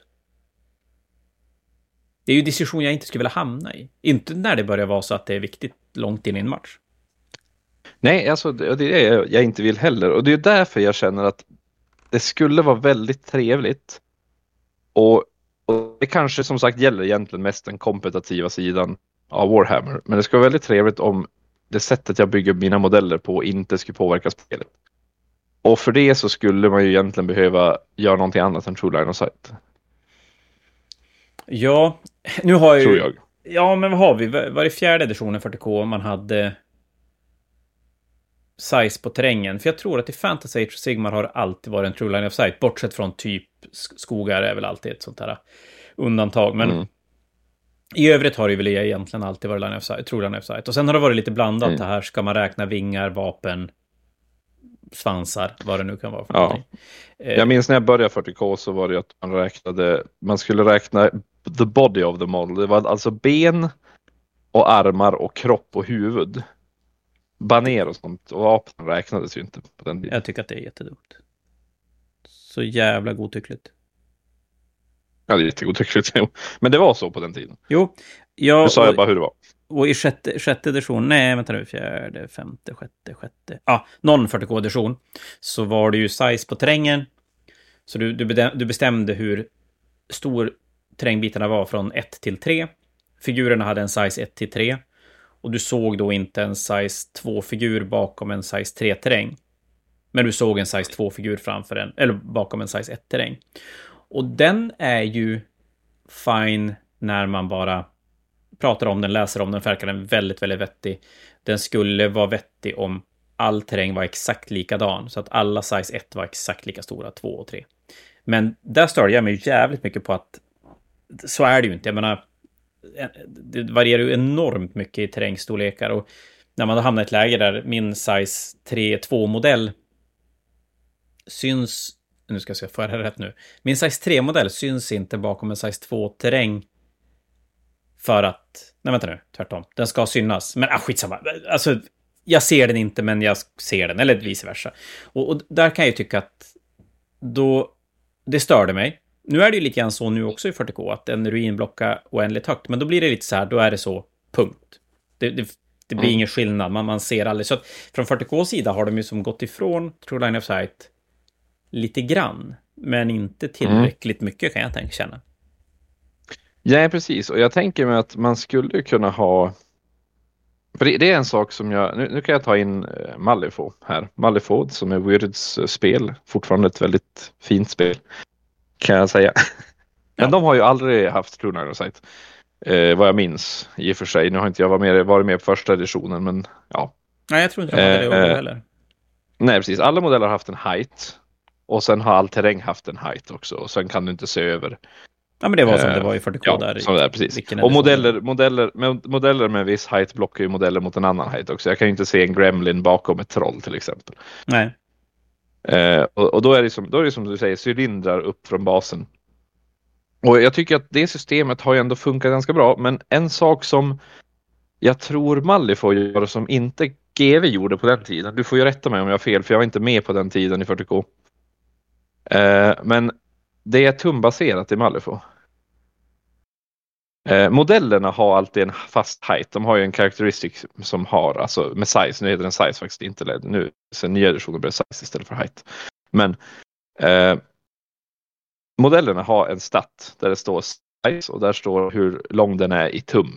[SPEAKER 1] Det är ju en diskussion jag inte skulle vilja hamna i. Inte när det börjar vara så att det är viktigt långt in i en match.
[SPEAKER 2] Nej, alltså det, det är det jag inte vill heller. Och det är därför jag känner att det skulle vara väldigt trevligt. Och, och det kanske som sagt gäller egentligen mest den kompetitiva sidan av Warhammer. Men det skulle vara väldigt trevligt om det sättet jag bygger mina modeller på inte skulle påverka spelet. Och för det så skulle man ju egentligen behöva göra någonting annat än True Line of Sight.
[SPEAKER 1] Ja, nu har jag ju...
[SPEAKER 2] Tror jag.
[SPEAKER 1] Ja, men vad har vi? Var det fjärde editionen fyrtio K man hade size på terrängen? För jag tror att i Fantasy Age och Sigmar har alltid varit en True Line of Sight. Bortsett från typ skogar är väl alltid ett sånt här undantag. Men mm. i övrigt har det väl egentligen alltid varit line of sight, True Line of Sight. Och sen har det varit lite blandat mm. det här. Ska man räkna vingar, vapen, svansar, vad det nu kan vara för
[SPEAKER 2] ja.
[SPEAKER 1] någonting.
[SPEAKER 2] Jag minns när jag började fyrtio K så var det att man räknade, man skulle räkna the body of the model. Det var alltså ben och armar och kropp och huvud. baner och sånt. Och vapen räknades ju inte på den tiden.
[SPEAKER 1] Jag tycker att det är jättedumt. Så jävla godtyckligt.
[SPEAKER 2] Ja, det är jättegodtyckligt. Men det var så på den tiden.
[SPEAKER 1] Jo, jag...
[SPEAKER 2] Nu sa
[SPEAKER 1] och,
[SPEAKER 2] jag bara hur det var.
[SPEAKER 1] Och i sjätte, sjätte edition, nej vänta nu, fjärde, femte, sjätte, sjätte. Ja, ah, någon fyrtio K-edition. Så var det ju size på terrängen. Så du, du, bedäm, du bestämde hur stor terrängbitarna var från ett till tre. Figurerna hade en size ett till tre. Och du såg då inte en size två-figur bakom en size tre-terräng. Men du såg en size två-figur framför en, eller bakom en size ett-terräng. Och den är ju fine när man bara pratar om den, läser om den, verkar den väldigt, väldigt vettig. Den skulle vara vettig om all terräng var exakt likadan. Så att alla size ett var exakt lika stora, två och tre. Men där störde jag mig jävligt mycket på att så är det ju inte. Jag menar, det varierar ju enormt mycket i terrängstorlekar. Och när man hamnar i ett läge där min size tre två-modell syns... Nu ska jag se, får jag det rätt nu? Min size tre-modell syns inte bakom en size två-terräng. För att... Nej, vänta nu. Tvärtom. Den ska synas. Men ah, skitsamma. Alltså, jag ser den inte, men jag ser den. Eller vice versa. Och, och där kan jag ju tycka att... Då... Det störde mig. Nu är det ju lite grann så nu också i fyrtio K. Att en ruin blockar oändligt högt. Men då blir det lite så här. Då är det så. Punkt. Det, det, det blir mm. ingen skillnad. Man, man ser aldrig. Så att från fyrtio K:s sida har de ju som gått ifrån True Line of Sight lite grann. Men inte tillräckligt mm. mycket kan jag tänka känna.
[SPEAKER 2] Ja, precis. Och jag tänker mig att man skulle kunna ha... För det, det är en sak som jag... Nu, nu kan jag ta in uh, Malifaux här. Malifaux som är Wyrds uh, spel. Fortfarande ett väldigt fint spel. Kan jag säga. Men ja. De har ju aldrig haft True Line of Sight. Uh, vad jag minns i och för sig. Nu har inte jag varit med, varit med på första editionen. Men ja.
[SPEAKER 1] Nej, jag tror inte de hade det uh, heller.
[SPEAKER 2] Nej, precis. Alla modeller har haft en height. Och sen har all terräng haft en height också. Och sen kan du inte se över...
[SPEAKER 1] Ja, men det var som det var i fyrtio K
[SPEAKER 2] ja,
[SPEAKER 1] där.
[SPEAKER 2] Som det är, precis. Och modeller, modeller, med, modeller med viss height blockar ju modeller mot en annan height också. Jag kan ju inte se en gremlin bakom ett troll till exempel.
[SPEAKER 1] Nej.
[SPEAKER 2] Eh, och, och då är det som, då är det som du säger, cylindrar upp från basen. Och jag tycker att det systemet har ju ändå funkat ganska bra. Men en sak som jag tror Malifaux gör som inte G V gjorde på den tiden. Du får ju rätta mig om jag har fel, för jag var inte med på den tiden i fyrtio K. Eh, men det är tumbaserat i Malifaux. Eh, modellerna har alltid en fast height. De har ju en karaktäristik som har, alltså med size, nu heter den size faktiskt inte, nu sen nya editionen blir det size istället för height. Men eh, modellerna har en stat där det står size och där står hur lång den är i tum.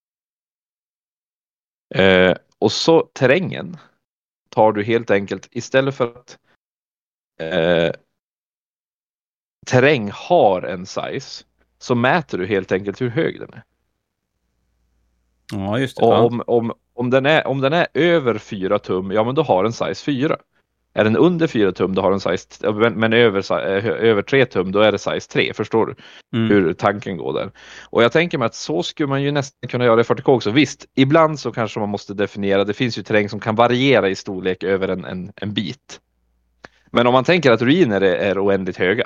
[SPEAKER 2] Eh, och så terrängen tar du helt enkelt, istället för att eh, terräng har en size, så mäter du helt enkelt hur hög den är.
[SPEAKER 1] Ja, just det.
[SPEAKER 2] Och
[SPEAKER 1] ja.
[SPEAKER 2] om, om, om, den är, om den är över fyra tum, ja men då har den size fyra. Är den under fyra tum, då har den size, men, men över, över tre tum, då är det size tre. Förstår du mm. hur tanken går där? Och jag tänker mig att så skulle man ju nästan kunna göra i fyrtio K också. Visst, ibland så kanske man måste definiera, det finns ju terräng som kan variera i storlek över en, en, en bit. Men om man tänker att ruiner är, är oändligt höga,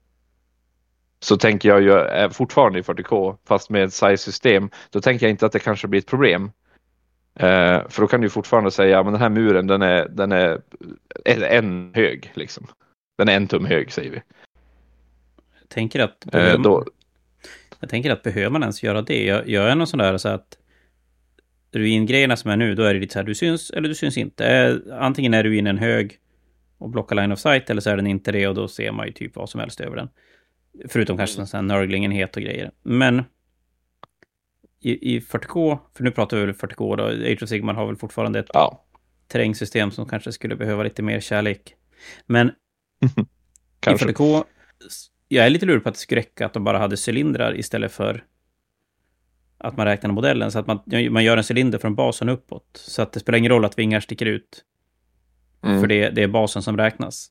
[SPEAKER 2] så tänker jag ju fortfarande i fyrtio K, fast med ett size-system, då tänker jag inte att det kanske blir ett problem. Eh, för då kan du fortfarande säga, ja, men den här muren, den är, den är en hög, liksom. Den är en tum hög, säger vi.
[SPEAKER 1] Jag tänker att, eh, då... jag tänker att behöver man ens göra det? Jag, jag är någon sån där så att ruingrejerna som är nu, då är det lite så här, du syns eller du syns inte. Antingen är ruinen hög och blockar line of sight, eller så är den inte det, och då ser man ju typ vad som helst över den. Förutom kanske en sån här nörglingenhet och grejer. Men i, i fyrtio K, för nu pratar vi väl fyrtio K då, Age of Sigmar har väl fortfarande ett ja. terrängsystem som kanske skulle behöva lite mer kärlek. Men i fyrtio K, jag är lite lurig på att det skulle räcka att de bara hade cylindrar istället för att man räknar modellen. Så att man, man gör en cylinder från basen uppåt. Så att det spelar ingen roll att vingar sticker ut. Mm. För det, det är basen som räknas.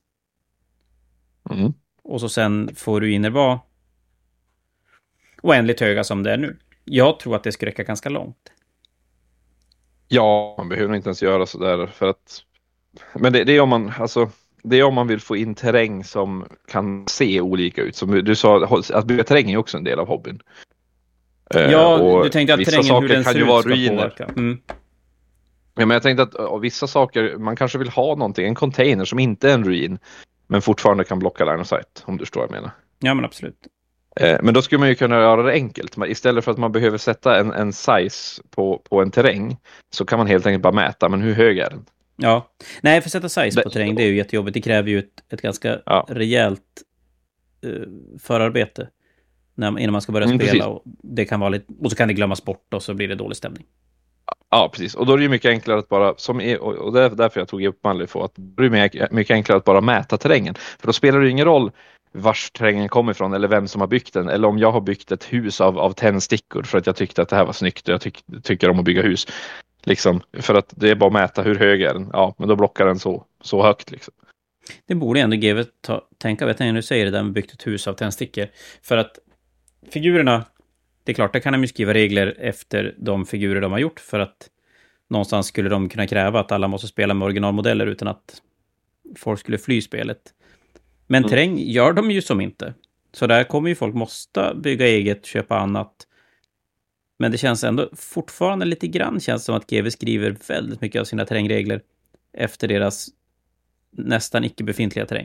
[SPEAKER 2] Mm.
[SPEAKER 1] Och så sen får du in vara oändligt höga som det är nu. Jag tror att det skulle räcka ganska långt.
[SPEAKER 2] Ja, man behöver inte ens göra så där för att... Men det, det är om man, alltså, det är om man vill få in terräng som kan se olika ut. Som du sa, att bygga terräng är också en del av hobbyn.
[SPEAKER 1] Ja, och du tänkte att
[SPEAKER 2] vissa
[SPEAKER 1] terrängen,
[SPEAKER 2] saker
[SPEAKER 1] hur den
[SPEAKER 2] kan
[SPEAKER 1] ser
[SPEAKER 2] ju
[SPEAKER 1] ut,
[SPEAKER 2] vara
[SPEAKER 1] ska
[SPEAKER 2] ruiner.
[SPEAKER 1] påverka. Mm.
[SPEAKER 2] Ja, men jag tänkte att av vissa saker, man kanske vill ha någonting, en container som inte är en ruin, men fortfarande kan blocka line of sight, om du förstår vad jag menar.
[SPEAKER 1] Ja, men absolut.
[SPEAKER 2] Eh, men då skulle man ju kunna göra det enkelt. Man, istället för att man behöver sätta en, en size på, på en terräng, så kan man helt enkelt bara mäta, men hur hög är den?
[SPEAKER 1] Ja, nej, för att sätta size
[SPEAKER 2] Det-
[SPEAKER 1] på terräng, det är ju jättejobbigt. Det kräver ju ett, ett ganska
[SPEAKER 2] Ja.
[SPEAKER 1] rejält uh, förarbete när, innan man ska börja
[SPEAKER 2] Mm,
[SPEAKER 1] spela.
[SPEAKER 2] precis.
[SPEAKER 1] Och, det kan vara lite, och så kan det glömmas bort och så blir det dålig stämning.
[SPEAKER 2] Ja, precis. Och då är det ju mycket enklare att bara, som är, och och det är därför jag tog upp Malifaux, att det är mycket- mycket enklare att bara mäta terrängen. För då spelar det ju ingen roll vars terrängen kommer ifrån eller vem som har byggt den. Eller om jag har byggt ett hus av, av tändstickor för att jag tyckte att det här var snyggt och jag tyck, tycker om att bygga hus. Liksom, för att det är bara att mäta hur hög är den. Ja, men då blockar den så, så högt. Liksom.
[SPEAKER 1] Det borde ändå G W ta, tänka, vet jag nu säger det där med byggt ett hus av tändstickor. För att figurerna, det är klart, där kan de ju skriva regler efter de figurer de har gjort. För att någonstans skulle de kunna kräva att alla måste spela med originalmodeller utan att folk skulle fly spelet. Men
[SPEAKER 2] Mm.
[SPEAKER 1] terräng gör de ju som inte. Så där kommer ju folk måste bygga eget, köpa annat. Men det känns ändå fortfarande lite grann känns som att G W skriver väldigt mycket av sina terrängregler efter deras nästan icke-befintliga terräng.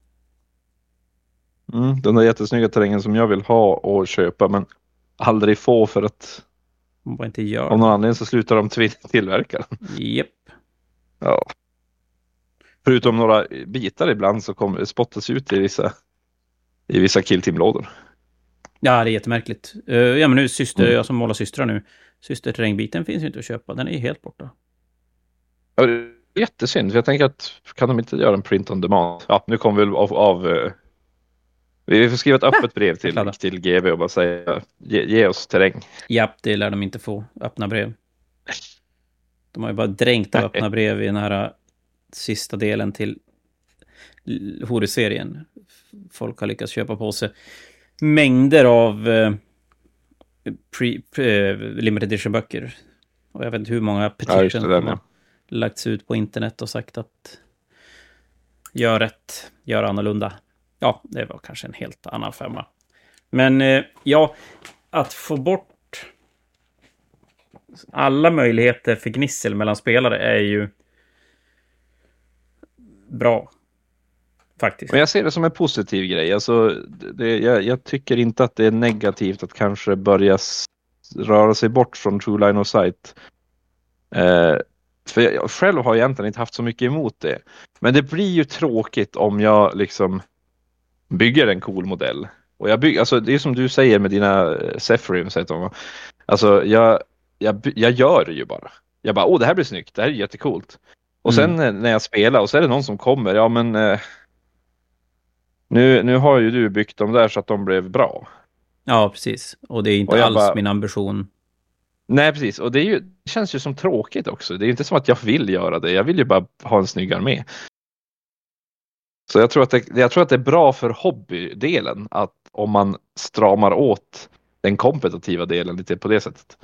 [SPEAKER 2] Mm, den där jättesnygga terrängen som jag vill ha och köpa, men aldrig få för att
[SPEAKER 1] Man bara inte gör
[SPEAKER 2] av någon anledning så slutar de tv- tillverka den.
[SPEAKER 1] Japp.
[SPEAKER 2] Ja. Förutom några bitar ibland så kommer spottas ut i vissa i vissa killteamlådor.
[SPEAKER 1] Ja, det är jättemärkligt. Uh, ja, men nu syster,
[SPEAKER 2] Mm.
[SPEAKER 1] jag som målar systrar nu. Systerterrängbiten finns ju inte att köpa. Den är ju helt borta.
[SPEAKER 2] Ja, det är jättesynd, för jag tänker att kan de inte göra en print on demand? Ja, nu kommer vi av, av uh, vi får skriva ett öppet brev till,
[SPEAKER 1] kladda.
[SPEAKER 2] till G W och bara säga ge, ge oss terräng.
[SPEAKER 1] Japp, det lär de inte få. Öppna brev. De har ju bara dränkt av öppna brev i den här sista delen till Horus-serien. Folk har lyckats köpa på sig mängder av eh, pre, pre, limited edition-böcker. Och jag vet inte hur många
[SPEAKER 2] Ja,
[SPEAKER 1] petitions
[SPEAKER 2] just det,
[SPEAKER 1] som
[SPEAKER 2] den,
[SPEAKER 1] har
[SPEAKER 2] ja.
[SPEAKER 1] lagts ut på internet och sagt att gör rätt, gör annorlunda. Ja, det var kanske en helt annan femma. Men eh, ja, att få bort alla möjligheter för gnissel mellan spelare är ju bra. Faktiskt.
[SPEAKER 2] Men jag ser det som en positiv grej. Alltså, det, jag, jag tycker inte att det är negativt att kanske börja s- röra sig bort från True Line of Sight. Eh, för jag, jag själv har egentligen inte haft så mycket emot det. Men det blir ju tråkigt om jag liksom bygger en cool modell. Och jag bygger, alltså det är som du säger med dina Zephyrim, alltså jag, jag, jag gör det ju bara. Jag bara, åh det här blir snyggt, det här är jättecoolt. Och sen
[SPEAKER 1] Mm.
[SPEAKER 2] när jag spelar och så är det någon som kommer, ja men eh, nu, nu har ju du byggt dem där så att de blev bra.
[SPEAKER 1] Ja, precis. Och det är inte
[SPEAKER 2] Och jag
[SPEAKER 1] alls
[SPEAKER 2] bara-
[SPEAKER 1] min ambition.
[SPEAKER 2] Nej precis, och det, är ju, det känns ju som tråkigt också. Det är inte som att jag vill göra det, jag vill ju bara ha en snygg armé. Så jag tror att det, jag tror att det är bra för hobbydelen att om man stramar åt den kompetitiva delen lite på det sättet.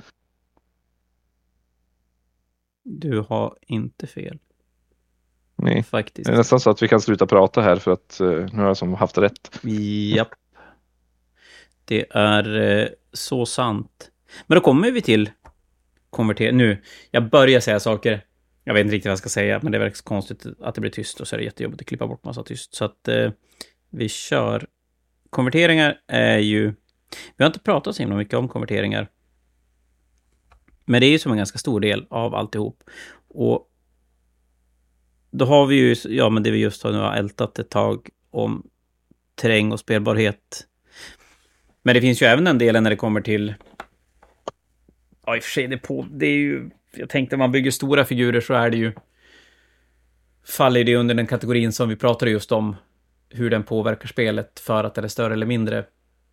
[SPEAKER 1] Du har inte fel.
[SPEAKER 2] Nej.
[SPEAKER 1] Faktiskt.
[SPEAKER 2] Det är nästan så att vi kan sluta prata här för att uh, nu har jag som haft rätt.
[SPEAKER 1] Japp. Det är eh, så sant. Men då kommer vi till konvertering. Nu, jag börjar säga saker. Jag vet inte riktigt vad jag ska säga, men det verkar så konstigt att det blir tyst och så är det jättejobbigt att klippa bort massa tyst. Så att eh, vi kör. Konverteringar är ju... Vi har inte pratat så himla mycket om konverteringar. Men det är ju som en ganska stor del av alltihop. Och då har vi ju, ja men det vi just har nu har ältat ett tag om terräng och spelbarhet. Men det finns ju även en del när det kommer till, ja i och för sig det, på, det är ju, jag tänkte man bygger stora figurer så är det ju, faller det under den kategorin som vi pratade just om, hur den påverkar spelet för att det är större eller mindre.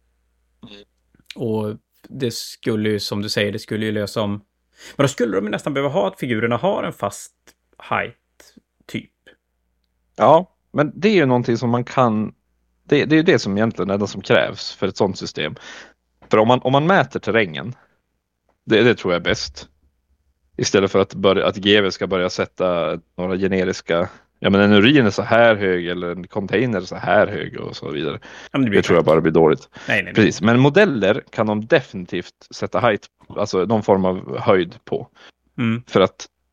[SPEAKER 1] Och det skulle ju, som du säger, det skulle ju lösa om, men då skulle de nästan behöva ha att figurerna har en fast height typ.
[SPEAKER 2] Ja, men det är ju någonting som man kan, det, det är ju det som egentligen är det som krävs för ett sådant system. För om man, om man mäter terrängen, det, det tror jag är bäst. Istället för att, börja, att G W ska börja sätta några generiska, ja men en urin är så här hög eller en container är så här hög och så vidare.
[SPEAKER 1] Ja, men det blir
[SPEAKER 2] Det tror jag bara blir dåligt.
[SPEAKER 1] Nej, nej,
[SPEAKER 2] Precis, men modeller kan de definitivt sätta height, alltså någon form av höjd på.
[SPEAKER 1] Mm.
[SPEAKER 2] För att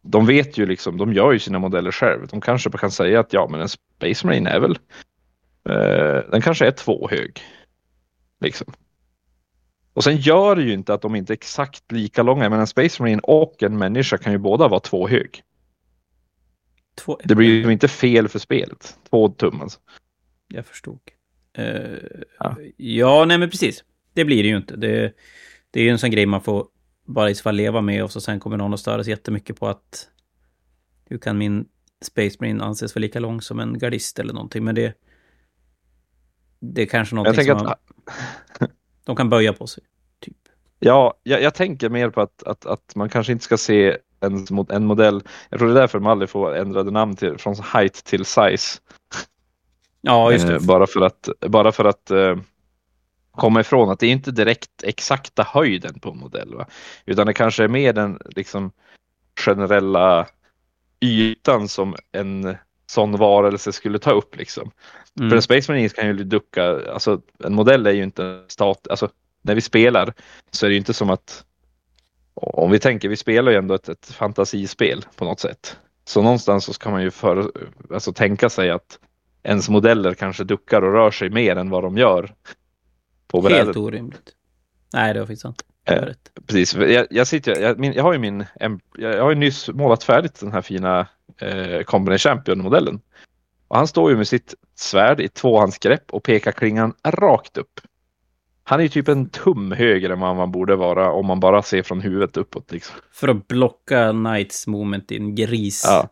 [SPEAKER 2] de vet ju liksom, de gör ju sina modeller själv. De kanske kan säga att ja, men en Space Marine är väl, eh, den kanske är två hög. Liksom. Och sen gör det ju inte att de inte är exakt lika långa, men en Space Marine och en människa kan ju båda vara två hög.
[SPEAKER 1] Två...
[SPEAKER 2] Det blir ju inte fel för spelet. Två tum alltså.
[SPEAKER 1] Jag förstod. Uh,
[SPEAKER 2] ja.
[SPEAKER 1] ja, nej men precis. Det blir det ju inte. Det, det är ju en sån grej man får bara i så fall leva med, och så sen kommer någon att störa sig jättemycket på att hur kan min Space Marine anses för lika lång som en gardist eller någonting, men det det är kanske någonting som man, att... de kan böja på sig typ.
[SPEAKER 2] Ja, jag, jag tänker mer på att, att, att man kanske inte ska se en, en modell. Jag tror det är därför man aldrig får ändrade namn till, från height till size.
[SPEAKER 1] Ja, just det.
[SPEAKER 2] Eh, bara för att, bara för att eh, komma ifrån att det är inte direkt exakta höjden på en modell, va? Utan det kanske är mer den liksom generella ytan som en sån varelse skulle ta upp liksom. Mm. För en Space Marine kan ju ducka, alltså en modell är ju inte stat, alltså när vi spelar så är det ju inte som att, om vi tänker, vi spelar ju ändå ett, ett fantasispel på något sätt. Så någonstans så ska man ju för, alltså tänka sig att ens modeller kanske duckar och rör sig mer än vad de gör på brädet.
[SPEAKER 1] Helt orimligt. Nej, det var faktiskt sant.
[SPEAKER 2] Eh, precis. Jag, jag, sitter, jag, min, jag har ju min, jag har ju nyss målat färdigt den här fina eh, Company Champion-modellen. Och han står ju med sitt svärd i tvåhandsgrepp och pekar klingan rakt upp. Han är ju typ en tum högre än vad man borde vara om man bara ser från huvudet uppåt. Liksom.
[SPEAKER 1] För att blocka Knights movement i en gris.
[SPEAKER 2] Ja.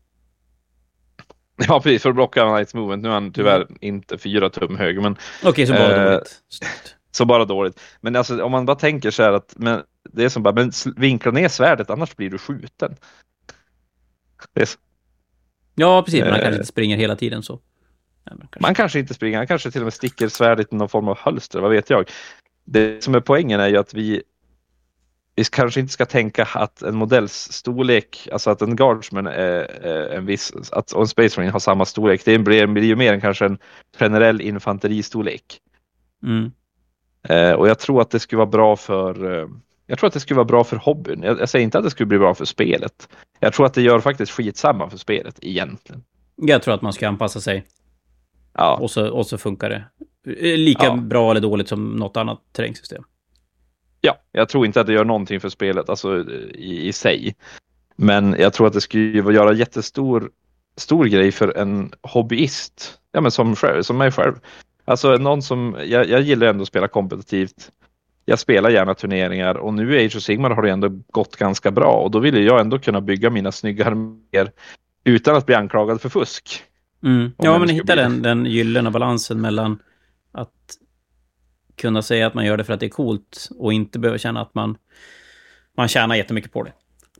[SPEAKER 2] Ja, precis. För att blocka Knights movement. Nu är han tyvärr mm. inte fyra tum hög. Men,
[SPEAKER 1] Okej, okay, så bara
[SPEAKER 2] eh,
[SPEAKER 1] dåligt.
[SPEAKER 2] Så bara dåligt. Men alltså, om man bara tänker så här att men, det är som bara, men vinkla ner svärdet, annars blir du skjuten. Det är så.
[SPEAKER 1] Ja, precis. Man kanske inte springer hela tiden så.
[SPEAKER 2] Nej, kanske. Man kanske inte springer. Han kanske till och med sticker svärdet i någon form av hölster. Vad vet jag. Det som är poängen är ju att vi vi kanske inte ska tänka att en modells storlek, alltså att en guardsman är en viss, att en Space Marine har samma storlek. Det blir, blir ju mer än kanske en generell infanteristorlek.
[SPEAKER 1] Mm.
[SPEAKER 2] Eh, och jag tror att det skulle vara bra för eh, jag tror att det skulle vara bra för hobbyn. Jag, jag säger inte att det skulle bli bra för spelet. Jag tror att det gör faktiskt skitsamma för spelet egentligen.
[SPEAKER 1] Jag tror att man ska anpassa sig.
[SPEAKER 2] Ja.
[SPEAKER 1] Och så, och så funkar det. Lika ja. bra eller dåligt som något annat terrängsystem.
[SPEAKER 2] Ja, jag tror inte att det gör någonting för spelet, alltså i, i sig. Men jag tror att det skulle göra jättestor stor grej för en hobbyist. Ja, men som, själv, som mig själv. Alltså någon som, jag, jag gillar ändå att spela kompetitivt. Jag spelar gärna turneringar och nu i Age of Sigmar har det ändå gått ganska bra. Och då vill jag ändå kunna bygga mina snygga arméer utan att bli anklagad för fusk.
[SPEAKER 1] Mm. Ja, men hitta den, den gyllene balansen mellan att kunna säga att man gör det för att det är coolt och inte behöva känna att man, man tjänar jättemycket på det.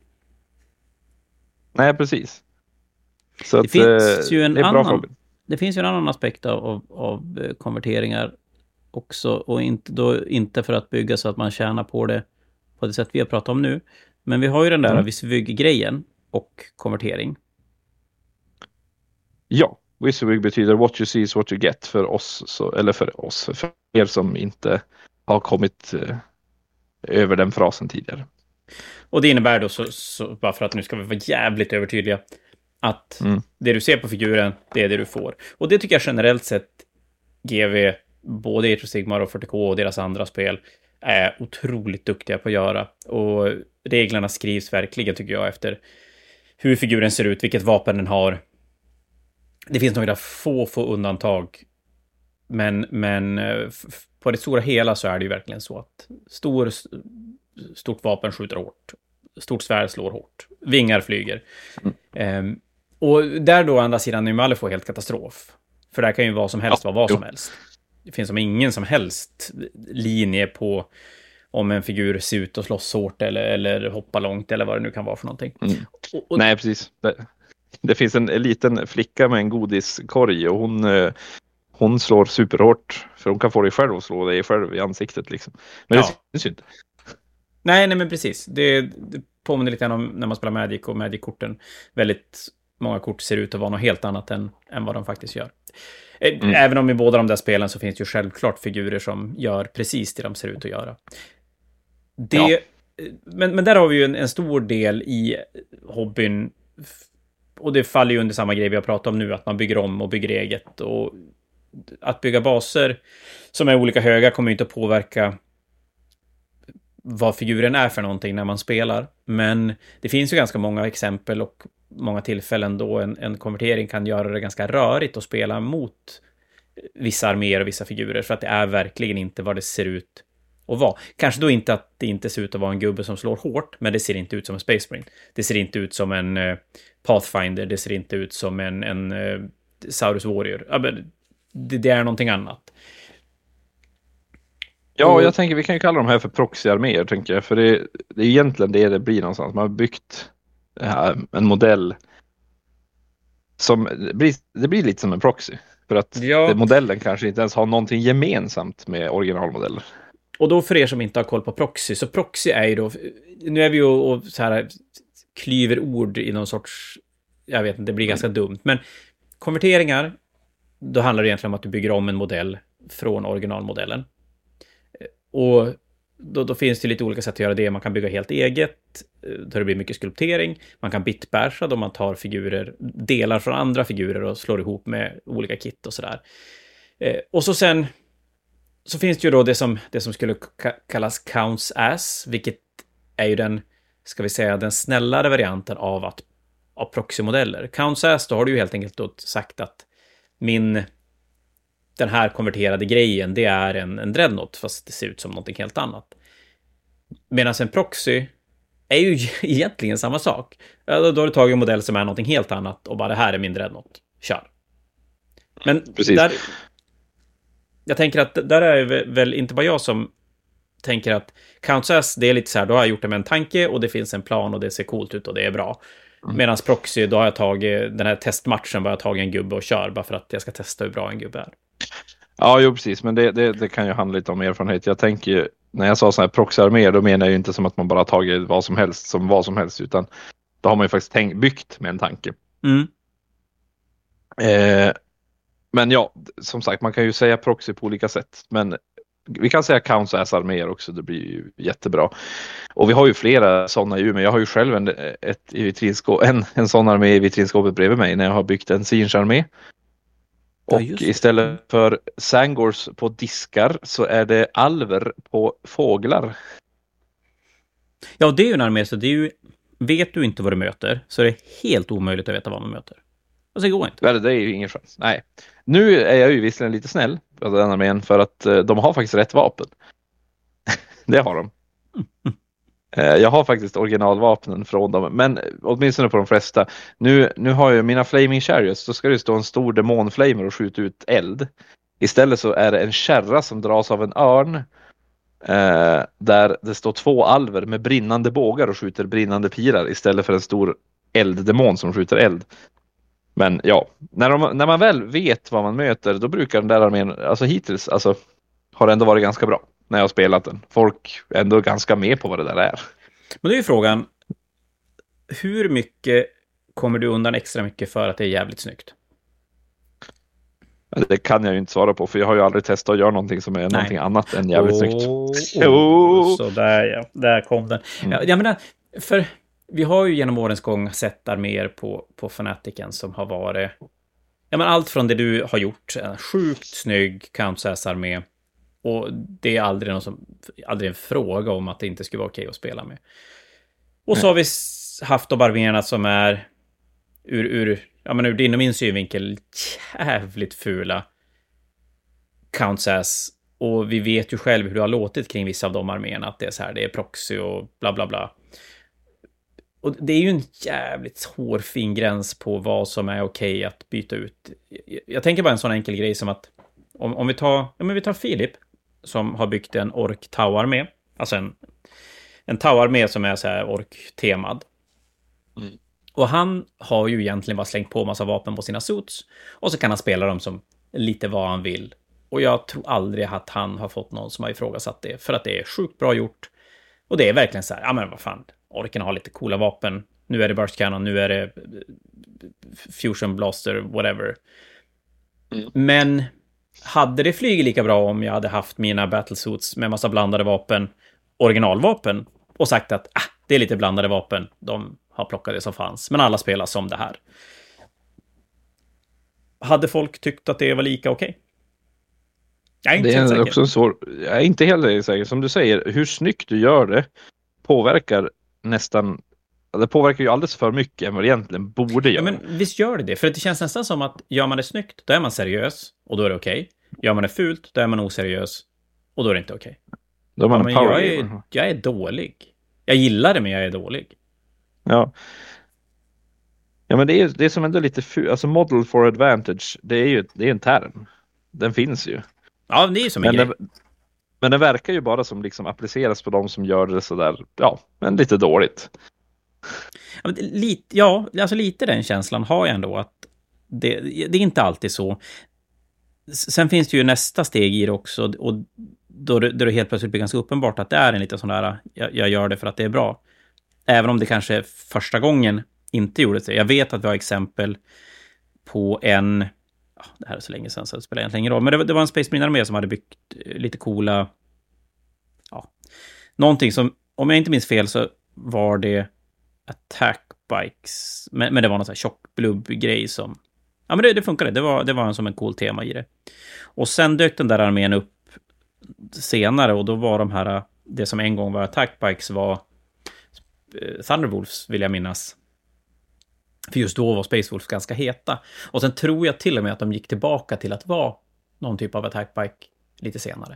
[SPEAKER 2] Nej, precis. Så
[SPEAKER 1] det
[SPEAKER 2] att,
[SPEAKER 1] finns ju en
[SPEAKER 2] det är bra
[SPEAKER 1] annan,
[SPEAKER 2] fråga.
[SPEAKER 1] Det finns ju en annan aspekt av, av, av konverteringar också, och inte, då, inte för att bygga så att man tjänar på det på det sätt vi har pratat om nu. Men vi har ju den där mm. Visvig-grejen och konvertering.
[SPEAKER 2] Ja, Visvig betyder what you see is what you get för oss, så, eller för oss, för er som inte har kommit eh, över den frasen tidigare.
[SPEAKER 1] Och det innebär då, så, så, bara för att nu ska vi vara jävligt övertydliga, att mm. det du ser på figuren, det är det du får. Och det tycker jag generellt sett G V, både Age of Sigmar och fyrtio K och deras andra spel, är otroligt duktiga på att göra. Och reglerna skrivs verkligen, tycker jag, efter hur figuren ser ut, vilket vapen den har. Det finns några få, få undantag. Men, men f- på det stora hela så är det ju verkligen så att stor, stort vapen skjuter hårt. Stort svärd slår hårt. Vingar flyger. Mm. Um, och där då andra sidan är Malifaux helt katastrof. För där kan ju vad som helst ja, vara vad jo. som helst. Det finns som ingen som helst linje på om en figur ser ut att slåss hårt eller, eller hoppa långt eller vad det nu kan vara för någonting. Mm.
[SPEAKER 2] Och, och... Nej, precis. Det, det finns en, en liten flicka med en godiskorg och hon, hon slår superhårt. För hon kan få dig själv att slå dig själv i ansiktet. Liksom. Men ja. det syns ju inte.
[SPEAKER 1] Nej, nej men precis. Det, det påminner lite om när man spelar Magic och Magic-korten. Väldigt många kort ser ut att vara något helt annat än, än vad de faktiskt gör. Mm. Även om i båda de där spelen så finns det ju självklart figurer som gör precis det de ser ut att göra. Det, men, men där har vi ju en, en stor del i hobbyn. Och det faller ju under samma grej vi har pratat om nu, att man bygger om och bygger eget. Och att bygga baser som är olika höga kommer ju inte att påverka vad figuren är för någonting när man spelar. Men det finns ju ganska många exempel och många tillfällen då en, en konvertering kan göra det ganska rörigt att spela mot vissa arméer och vissa figurer, för att det är verkligen inte vad det ser ut att vara. Kanske då inte att det inte ser ut att vara en gubbe som slår hårt, men det ser inte ut som en Space Marine. Det ser inte ut som en uh, Pathfinder, det ser inte ut som en, en uh, Saurus Warrior. Ja, men det, det är någonting annat.
[SPEAKER 2] Ja, och jag tänker vi kan ju kalla de här för proxyarméer, tänker jag. För det, det är egentligen det det blir någonstans. Man har byggt här, en modell som det blir, det blir lite som en proxy. För att
[SPEAKER 1] ja.
[SPEAKER 2] det, modellen kanske inte ens har någonting gemensamt med originalmodeller.
[SPEAKER 1] Och då för er som inte har koll på proxy, så proxy är ju då, nu är vi ju och så här klyver ord i någon sorts, jag vet inte, det blir ganska mm. dumt. Men konverteringar, då handlar det egentligen om att du bygger om en modell från originalmodellen. Och då, då finns det lite olika sätt att göra det. Man kan bygga helt eget, där det blir mycket skulptering. Man kan bitbasha då man tar figurer, delar från andra figurer och slår ihop med olika kit och sådär. Eh, och så sen så finns det ju då det som, det som skulle k- kallas counts as, vilket är ju den, ska vi säga, den snällare varianten av, att, av proxymodeller. Counts as, då har du ju helt enkelt då sagt att min... den här konverterade grejen, det är en, en dreadnought, fast det ser ut som någonting helt annat. Medan en proxy är ju egentligen samma sak. Då, då har du tagit en modell som är någonting helt annat och bara, det här är min dreadnought. Kör. Men
[SPEAKER 2] precis.
[SPEAKER 1] Där, jag tänker att där är väl inte bara jag som tänker att Counts as, det är lite så här, då har jag gjort det med en tanke och det finns en plan och det ser coolt ut och det är bra. Mm. Medan proxy, då har jag tagit den här testmatchen, bara jag tagit en gubbe och kör bara för att jag ska testa hur bra en gubbe är.
[SPEAKER 2] Ja, jo, precis. Men det, det, det kan ju handla lite om erfarenhet. Jag tänker ju, när jag sa sådana här proxyarméer, då menar jag ju inte som att man bara tagit vad som helst som vad som helst, utan då har man ju faktiskt tänkt, byggt med en tanke.
[SPEAKER 1] Mm.
[SPEAKER 2] Eh, men ja, som sagt, man kan ju säga proxy på olika sätt. Men vi kan säga counts as arméer också, det blir ju jättebra. Och vi har ju flera sådana i Umeå. Jag har ju själv en, ett, i vitrinskåp, en, en sån armé i vitrinskåpet bredvid mig när jag har byggt en Sinch-armé. Och ja, istället för Sangors på diskar så är det alver på fåglar.
[SPEAKER 1] Ja, det är ju en armé, så det är ju, vet du inte vad du möter så är det helt omöjligt att veta vad man möter. Alltså det går inte.
[SPEAKER 2] Väl, det är ju ingen chans. Nej. Nu är jag ju visserligen lite snäll på den armén för att de har faktiskt rätt vapen. Det har de. Mm. Jag har faktiskt originalvapnen från dem, men åtminstone på de flesta. Nu, nu har jag mina Flaming Chariots, så ska det stå en stor demonflamer och skjuta ut eld. Istället så är det en kärra som dras av en örn. Eh, där det står två alver med brinnande bågar och skjuter brinnande pilar istället för en stor elddemon som skjuter eld. Men ja, när, de, när man väl vet vad man möter, då brukar den där armén, alltså hittills, alltså, har det ändå varit ganska bra när jag har spelat den. Folk är ändå ganska med på vad det där är.
[SPEAKER 1] Men det är ju frågan, hur mycket kommer du undan extra mycket för att det är jävligt snyggt?
[SPEAKER 2] Det kan jag ju inte svara på, för jag har ju aldrig testat att göra någonting som är Nej. någonting annat än jävligt oh, snyggt.
[SPEAKER 1] Oh, så där ja, där kom den. Mm. Jag, jag menar, för vi har ju genom årens gång sett arméer på, på Fanaticen som har varit, ja men allt från det du har gjort, en sjukt snygg Counts as-armé. Och det är aldrig, någon som, aldrig en fråga om att det inte skulle vara okej att spela med. Och så har vi haft de arméerna som är ur, ur, ja, men ur din och min synvinkel jävligt fula Counts as. Och vi vet ju själv hur det har låtit kring vissa av de arméerna, att det är så här, det är proxy och bla bla bla. Och det är ju en jävligt hårfin gräns på vad som är okej att byta ut. Jag tänker bara en sån enkel grej som att om, om vi tar, ja men vi tar Filip som har byggt en ork-tau-armé. Alltså en, en tau-armé som är så här ork-temad. Mm. Och han har ju egentligen bara slängt på massa vapen på sina suits. Och så kan han spela dem som lite vad han vill. Och jag tror aldrig att han har fått någon som har ifrågasatt det. För att det är sjukt bra gjort. Och det är verkligen så här, ja men vad fan, orken har lite coola vapen. Nu är det burst cannon, nu är det fusion blaster, whatever. Mm. Men hade det flugit lika bra om jag hade haft mina battlesuits med massa blandade vapen, originalvapen, och sagt att ah, det är lite blandade vapen. De har plockat det som fanns. Men alla spelar som det här. Hade folk tyckt att det var lika okej? Okay? Jag är inte
[SPEAKER 2] det är
[SPEAKER 1] säker.
[SPEAKER 2] också svår. Jag är inte heller säker. Som du säger, hur snyggt du gör det påverkar nästan... Det påverkar ju alldeles för mycket än vad det egentligen borde göra.
[SPEAKER 1] Ja, men visst gör det det. För det känns nästan som att gör man det snyggt, då är man seriös. Och då är det okej. Okay. Gör man det fult, då är man oseriös. Och då är det inte okej. Okay.
[SPEAKER 2] Då är man
[SPEAKER 1] ja,
[SPEAKER 2] en
[SPEAKER 1] men
[SPEAKER 2] power
[SPEAKER 1] jag, är, jag är dålig. Jag gillar det, men jag är dålig.
[SPEAKER 2] Ja. Ja, men det är, det är som ändå lite fult. Alltså model for advantage, det är ju det är en term. Den finns ju.
[SPEAKER 1] Ja, det är ju som en
[SPEAKER 2] men
[SPEAKER 1] grej.
[SPEAKER 2] Det, men det verkar ju bara som liksom appliceras på de som gör det sådär, ja, men lite dåligt.
[SPEAKER 1] Ja, men lite, ja, alltså lite den känslan har jag ändå att det, det är inte alltid så. Sen finns det ju nästa steg i det också och då det, då det helt plötsligt blir ganska uppenbart att det är en liten sån där, jag, jag gör det för att det är bra. Även om det kanske första gången inte gjorde det. Jag vet att vi har exempel på en, ja, det här är så länge sedan så det spelar egentligen ingen roll, men det, det var en Space Marine armé som hade byggt lite coola, ja, någonting som, om jag inte minns fel så var det attack bikes, men, men det var någon sån här tjock blubb-grej som, ja men det, det funkade, det var, det var en som en cool tema i det. Och sen dök den där armén upp senare och då var de här, det som en gång var attack bikes var Thunderwolves vill jag minnas. För just då var Space Wolves ganska heta. Och sen tror jag till och med att de gick tillbaka till att vara någon typ av attack bike lite senare.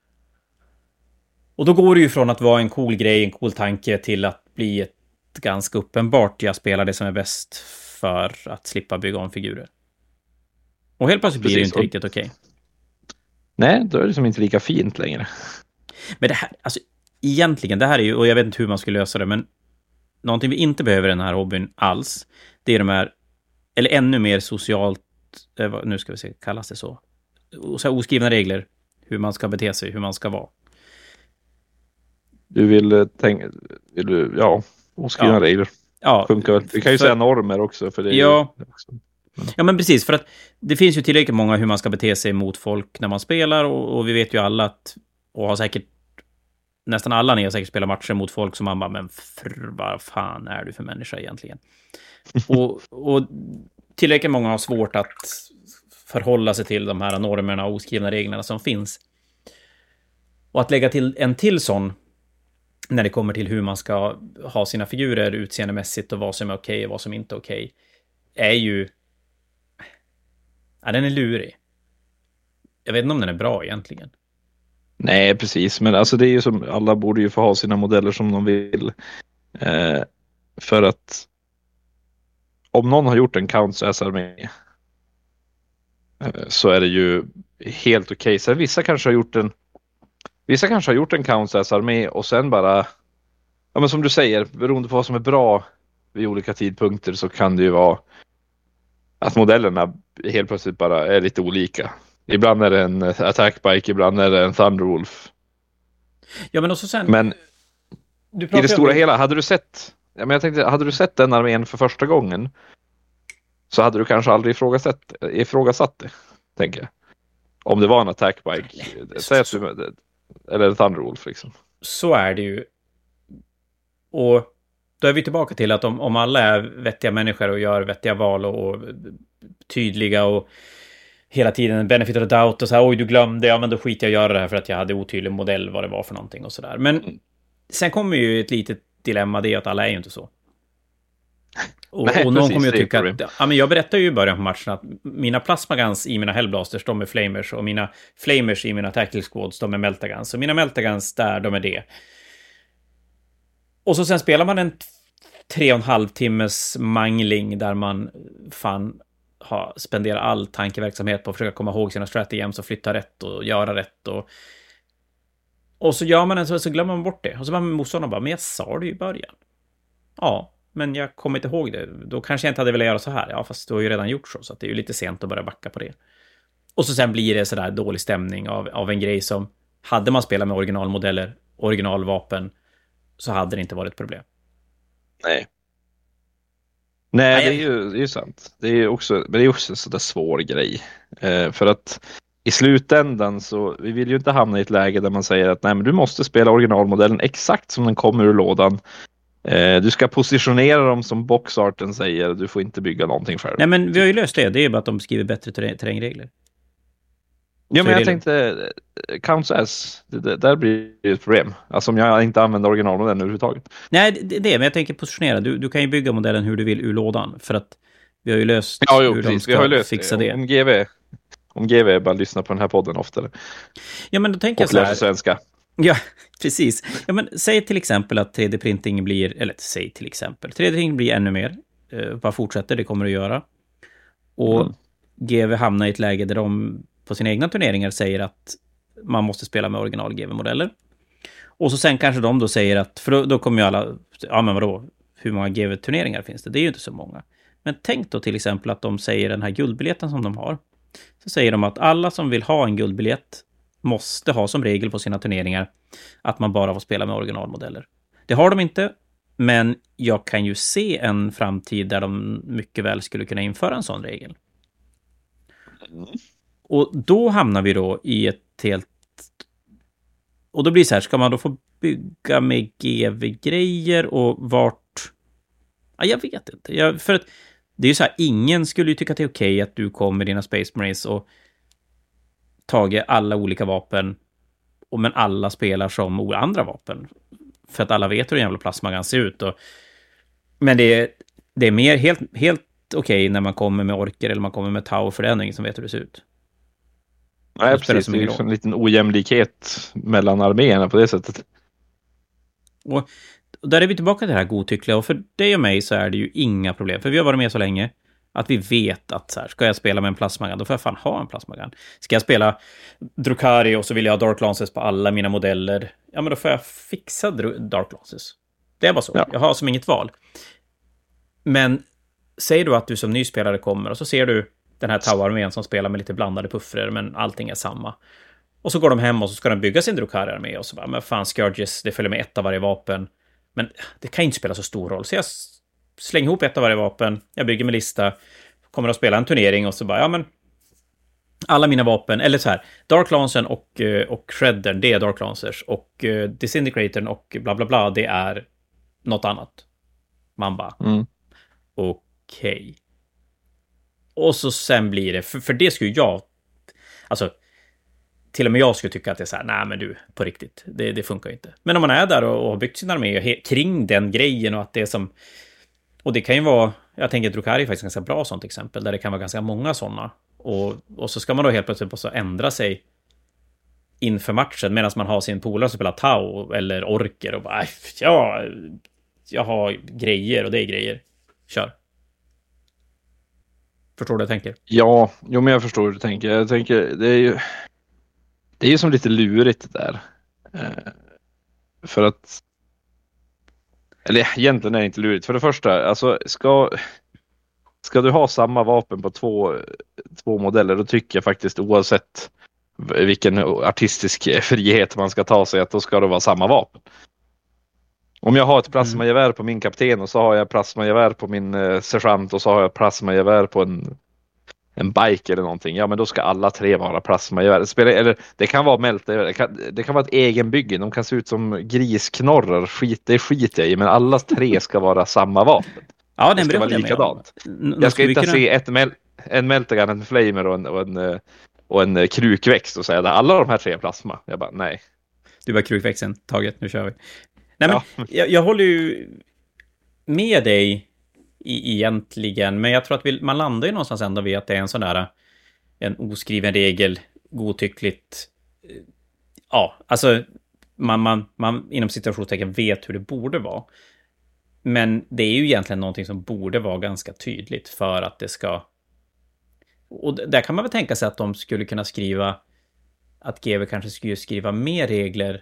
[SPEAKER 1] Och då går det ju från att vara en cool grej, en cool tanke till att bli ett ganska uppenbart jag spelar det som är bäst för att slippa bygga om figurer. Och helt plötsligt blir det inte riktigt okej. Okay.
[SPEAKER 2] Nej, då är det som inte lika fint längre.
[SPEAKER 1] Men det här, alltså egentligen, det här är ju, och jag vet inte hur man skulle lösa det, men någonting vi inte behöver i den här hobbyn alls, det är de här, eller ännu mer socialt, nu ska vi se, kallas det så, så här oskrivna regler, hur man ska bete sig, hur man ska vara.
[SPEAKER 2] Du vill tänka, vill du, ja, oskrivna ja. regler.
[SPEAKER 1] Ja.
[SPEAKER 2] Funkar väl. Vi kan ju för, säga normer också, för det är
[SPEAKER 1] ja.
[SPEAKER 2] ju också.
[SPEAKER 1] Mm. Ja, men precis, för att det finns ju tillräckligt många hur man ska bete sig mot folk när man spelar, och, och vi vet ju alla att, och har säkert nästan alla ni har säkert spelat matcher mot folk som man bara, men för, vad fan är du för människa egentligen? och, och tillräckligt många har svårt att förhålla sig till de här normerna och oskrivna reglerna som finns. Och att lägga till en till sån när det kommer till hur man ska ha sina figurer utseendemässigt och vad som är okej och vad som inte är okej, är ju, ja, den är lurig. Jag vet inte om den är bra egentligen.
[SPEAKER 2] Nej, precis. Men alltså det är ju som, alla borde ju få ha sina modeller som de vill. Eh, för att om någon har gjort en Counts-armé eh, så är det ju helt okej. Okay. Sen vissa kanske har gjort en vissa kanske har gjort en Counts-armé och sen bara, ja men som du säger, beroende på vad som är bra vid olika tidpunkter så kan det ju vara att modellerna helt plötsligt bara är lite olika. Ibland är det en attackbike, ibland är det en Thunderwolf.
[SPEAKER 1] Ja, men också sen...
[SPEAKER 2] Men
[SPEAKER 1] du
[SPEAKER 2] i det stora om... hela, hade du sett... Ja, men jag tänkte, hade du sett den armén för första gången så hade du kanske aldrig ifrågasatt, ifrågasatt det, tänker jag. Om det var en attackbike. Säg att du, eller en Thunderwolf, liksom.
[SPEAKER 1] Så är det ju. Och då är vi tillbaka till att om, om alla är vettiga människor och gör vettiga val och, och tydliga och hela tiden benefit of the doubt och så här, oj du glömde, ja men då skiter jag göra det här för att jag hade otydlig modell vad det var för någonting och sådär. Men mm. sen kommer ju ett litet dilemma, det är att alla är ju inte så. Och,
[SPEAKER 2] Nej,
[SPEAKER 1] och någon
[SPEAKER 2] precis,
[SPEAKER 1] kommer ju att tycka att, ja men jag berättar ju i början på matchen att mina plasmagans i mina Hellblasters, de är flamers, och mina flamers i mina tactical squads, de är meltagans, och mina meltagans där, de är det. Och så sen spelar man en tre och en halv timmes mangling där man fan har spenderat all tankeverksamhet på att försöka komma ihåg sina strategems och flytta rätt och göra rätt. Och, och så gör man en så, så glömmer man bort det. Och så bara med motståndaren bara, men jag sa det ju i början. Ja, men jag kommer inte ihåg det. Då kanske jag inte hade velat göra så här. Ja, fast du har ju redan gjort så. Så att det är ju lite sent att börja backa på det. Och så sen blir det sådär dålig stämning av, av en grej som, hade man spelat med originalmodeller, originalvapen, så hade det inte varit ett problem.
[SPEAKER 2] Nej. Nej, Nej det är ju det är ju sant. Det är också, men det är också en sådär svår grej. Eh, för att i slutändan så vi vill ju inte hamna i ett läge där man säger att nej, men du måste spela originalmodellen exakt som den kommer ur lådan. Eh, du ska positionera dem som boxarten säger. Du får inte bygga någonting själv.
[SPEAKER 1] Nej, men vi har ju löst det. Det är bara att de skriver bättre terräng- terrängregler.
[SPEAKER 2] Ja,
[SPEAKER 1] Så
[SPEAKER 2] men
[SPEAKER 1] är
[SPEAKER 2] jag
[SPEAKER 1] det-
[SPEAKER 2] tänkte eh, counts as. Det, det, där blir det ett problem. Alltså om jag inte använder originalmodellen överhuvudtaget.
[SPEAKER 1] Nej, det, det, men jag tänker positionera. Du, du kan ju bygga modellen hur du vill ur lådan. För att vi har ju löst
[SPEAKER 2] Ja, jo,
[SPEAKER 1] hur de
[SPEAKER 2] precis.
[SPEAKER 1] ska
[SPEAKER 2] Vi har ju löst
[SPEAKER 1] fixa
[SPEAKER 2] det.
[SPEAKER 1] det.
[SPEAKER 2] Om G V, om G V bara lyssnar på den här podden oftare.
[SPEAKER 1] Ja, men då tänker jag
[SPEAKER 2] Och
[SPEAKER 1] så
[SPEAKER 2] lär
[SPEAKER 1] här.
[SPEAKER 2] sig svenska.
[SPEAKER 1] Ja, precis. Ja, men säg till exempel att tre D-printing blir, eller säg till exempel, tre D-printing blir ännu mer. Eh, bara fortsätter, det kommer att göra. Och
[SPEAKER 2] Mm.
[SPEAKER 1] G V hamnar i ett läge där de på sina egna turneringar säger att man måste spela med original G V-modeller. Och så sen kanske de då säger att, för då, då kommer ju alla, ja men vadå, hur många G V-turneringar finns det? Det är ju inte så många. Men tänk då till exempel att de säger den här guldbiljetten som de har. Så säger de att alla som vill ha en guldbiljett måste ha som regel på sina turneringar att man bara får spela med originalmodeller. Det har de inte, men jag kan ju se en framtid där de mycket väl skulle kunna införa en sån regel. Och då hamnar vi då i ett helt... Och då blir det så här, ska man då få bygga med G V-grejer och vart... Ja, jag vet inte. Jag, för att det är ju så här, ingen skulle ju tycka att det är okej att du kommer med dina Space Marines och tagit alla olika vapen, och men alla spelar som andra vapen. För att alla vet hur en jävla plasmagun ser ut. Och, men det är, det är mer helt, helt okej när man kommer med orker eller man kommer med tau, för det är ändå ingen som vet hur det ser ut.
[SPEAKER 2] Nej,
[SPEAKER 1] Det spelar
[SPEAKER 2] precis.
[SPEAKER 1] som
[SPEAKER 2] Det är
[SPEAKER 1] ingen
[SPEAKER 2] ju
[SPEAKER 1] roll.
[SPEAKER 2] en liten ojämlikhet mellan arméerna på det sättet.
[SPEAKER 1] Och och där är vi tillbaka till det här godtyckliga. Och för dig och mig så är det ju inga problem. För vi har varit med så länge att vi vet att så här, ska jag spela med en plasmagun, då får jag fan ha en plasmagun. Ska jag spela Drukhari och så vill jag ha Dark Lances på alla mina modeller, ja men då får jag fixa Dru- Dark Lances. Det är bara så.
[SPEAKER 2] Ja.
[SPEAKER 1] Jag har som inget val. Men säg då att du som ny spelare kommer och så ser du den här Tau-armén som spelar med lite blandade puffrer, men allting är samma. Och så går de hem och så ska de bygga sin Drukhari-armé och så bara, men fan, Scourges, det följer med ett av varje vapen. Men det kan inte spela så stor roll. Så jag s- slänger ihop ett av varje vapen, jag bygger med lista, kommer att spela en turnering och så bara, ja men alla mina vapen, eller så här, Dark Lancern och, eh, och Shreddern, det är Dark Lancers, och uh, Disintegratorn och bla bla bla, det är något annat. Man bara,
[SPEAKER 2] Mm.
[SPEAKER 1] okej. Och så sen blir det, för, för det skulle ju jag, alltså, till och med jag skulle tycka att det är så här, nej men du, på riktigt, det, det funkar ju inte. Men om man är där och, och har byggt sin armé he, kring den grejen och att det är som, och det kan ju vara, jag tänker att Drukhari är faktiskt ganska bra sånt exempel, där det kan vara ganska många sådana. Och, och så ska man då helt plötsligt också ändra sig inför matchen medan man har sin polare som spelar Tau eller Orker och bara, "Aj, ja, jag har grejer och det är grejer. Kör." Förstår du vad jag tänker?
[SPEAKER 2] Ja, jo, men jag förstår hur du tänker. Jag tänker, det är ju, det är ju som lite lurigt det där. Eh, för att, eller egentligen är det inte lurigt. För det första, alltså ska, ska du ha samma vapen på två, två modeller, då tycker jag faktiskt oavsett vilken artistisk frihet man ska ta sig, att då ska det vara samma vapen. Om jag har ett plasmagevär på min kapten och så har jag plasmagevär på min eh, sergeant och så har jag plasmagevär på en en bike eller någonting, ja men då ska alla tre vara plasmagevär. Det spelar, eller det kan vara mälta, det kan, det kan vara ett egenbygge, de kan se ut som grisknorrar, skit, det skiter jag i, men alla tre ska vara samma vapen.
[SPEAKER 1] Ja,
[SPEAKER 2] Det ska vara likadant.
[SPEAKER 1] N-
[SPEAKER 2] Jag ska
[SPEAKER 1] skulle
[SPEAKER 2] inte
[SPEAKER 1] vi kunna-
[SPEAKER 2] se ett mel, en meltagun, en flamer och en, och en, eh, och en eh, krukväxt och säga att alla de här tre är plasma. Jag bara, nej.
[SPEAKER 1] Du bara krukväxeln, taget, nu kör vi. Nej, men
[SPEAKER 2] Ja.
[SPEAKER 1] jag, jag håller ju med dig i, egentligen, men jag tror att vi, man landar ju någonstans ändå vid att det är en sån där en oskriven regel, godtyckligt. eh, Ja, alltså man, man, man inom situationstecken vet hur det borde vara. Men det är ju egentligen någonting som borde vara ganska tydligt för att det ska... Och d- där kan man väl tänka sig att de skulle kunna skriva att G V kanske skulle skriva mer regler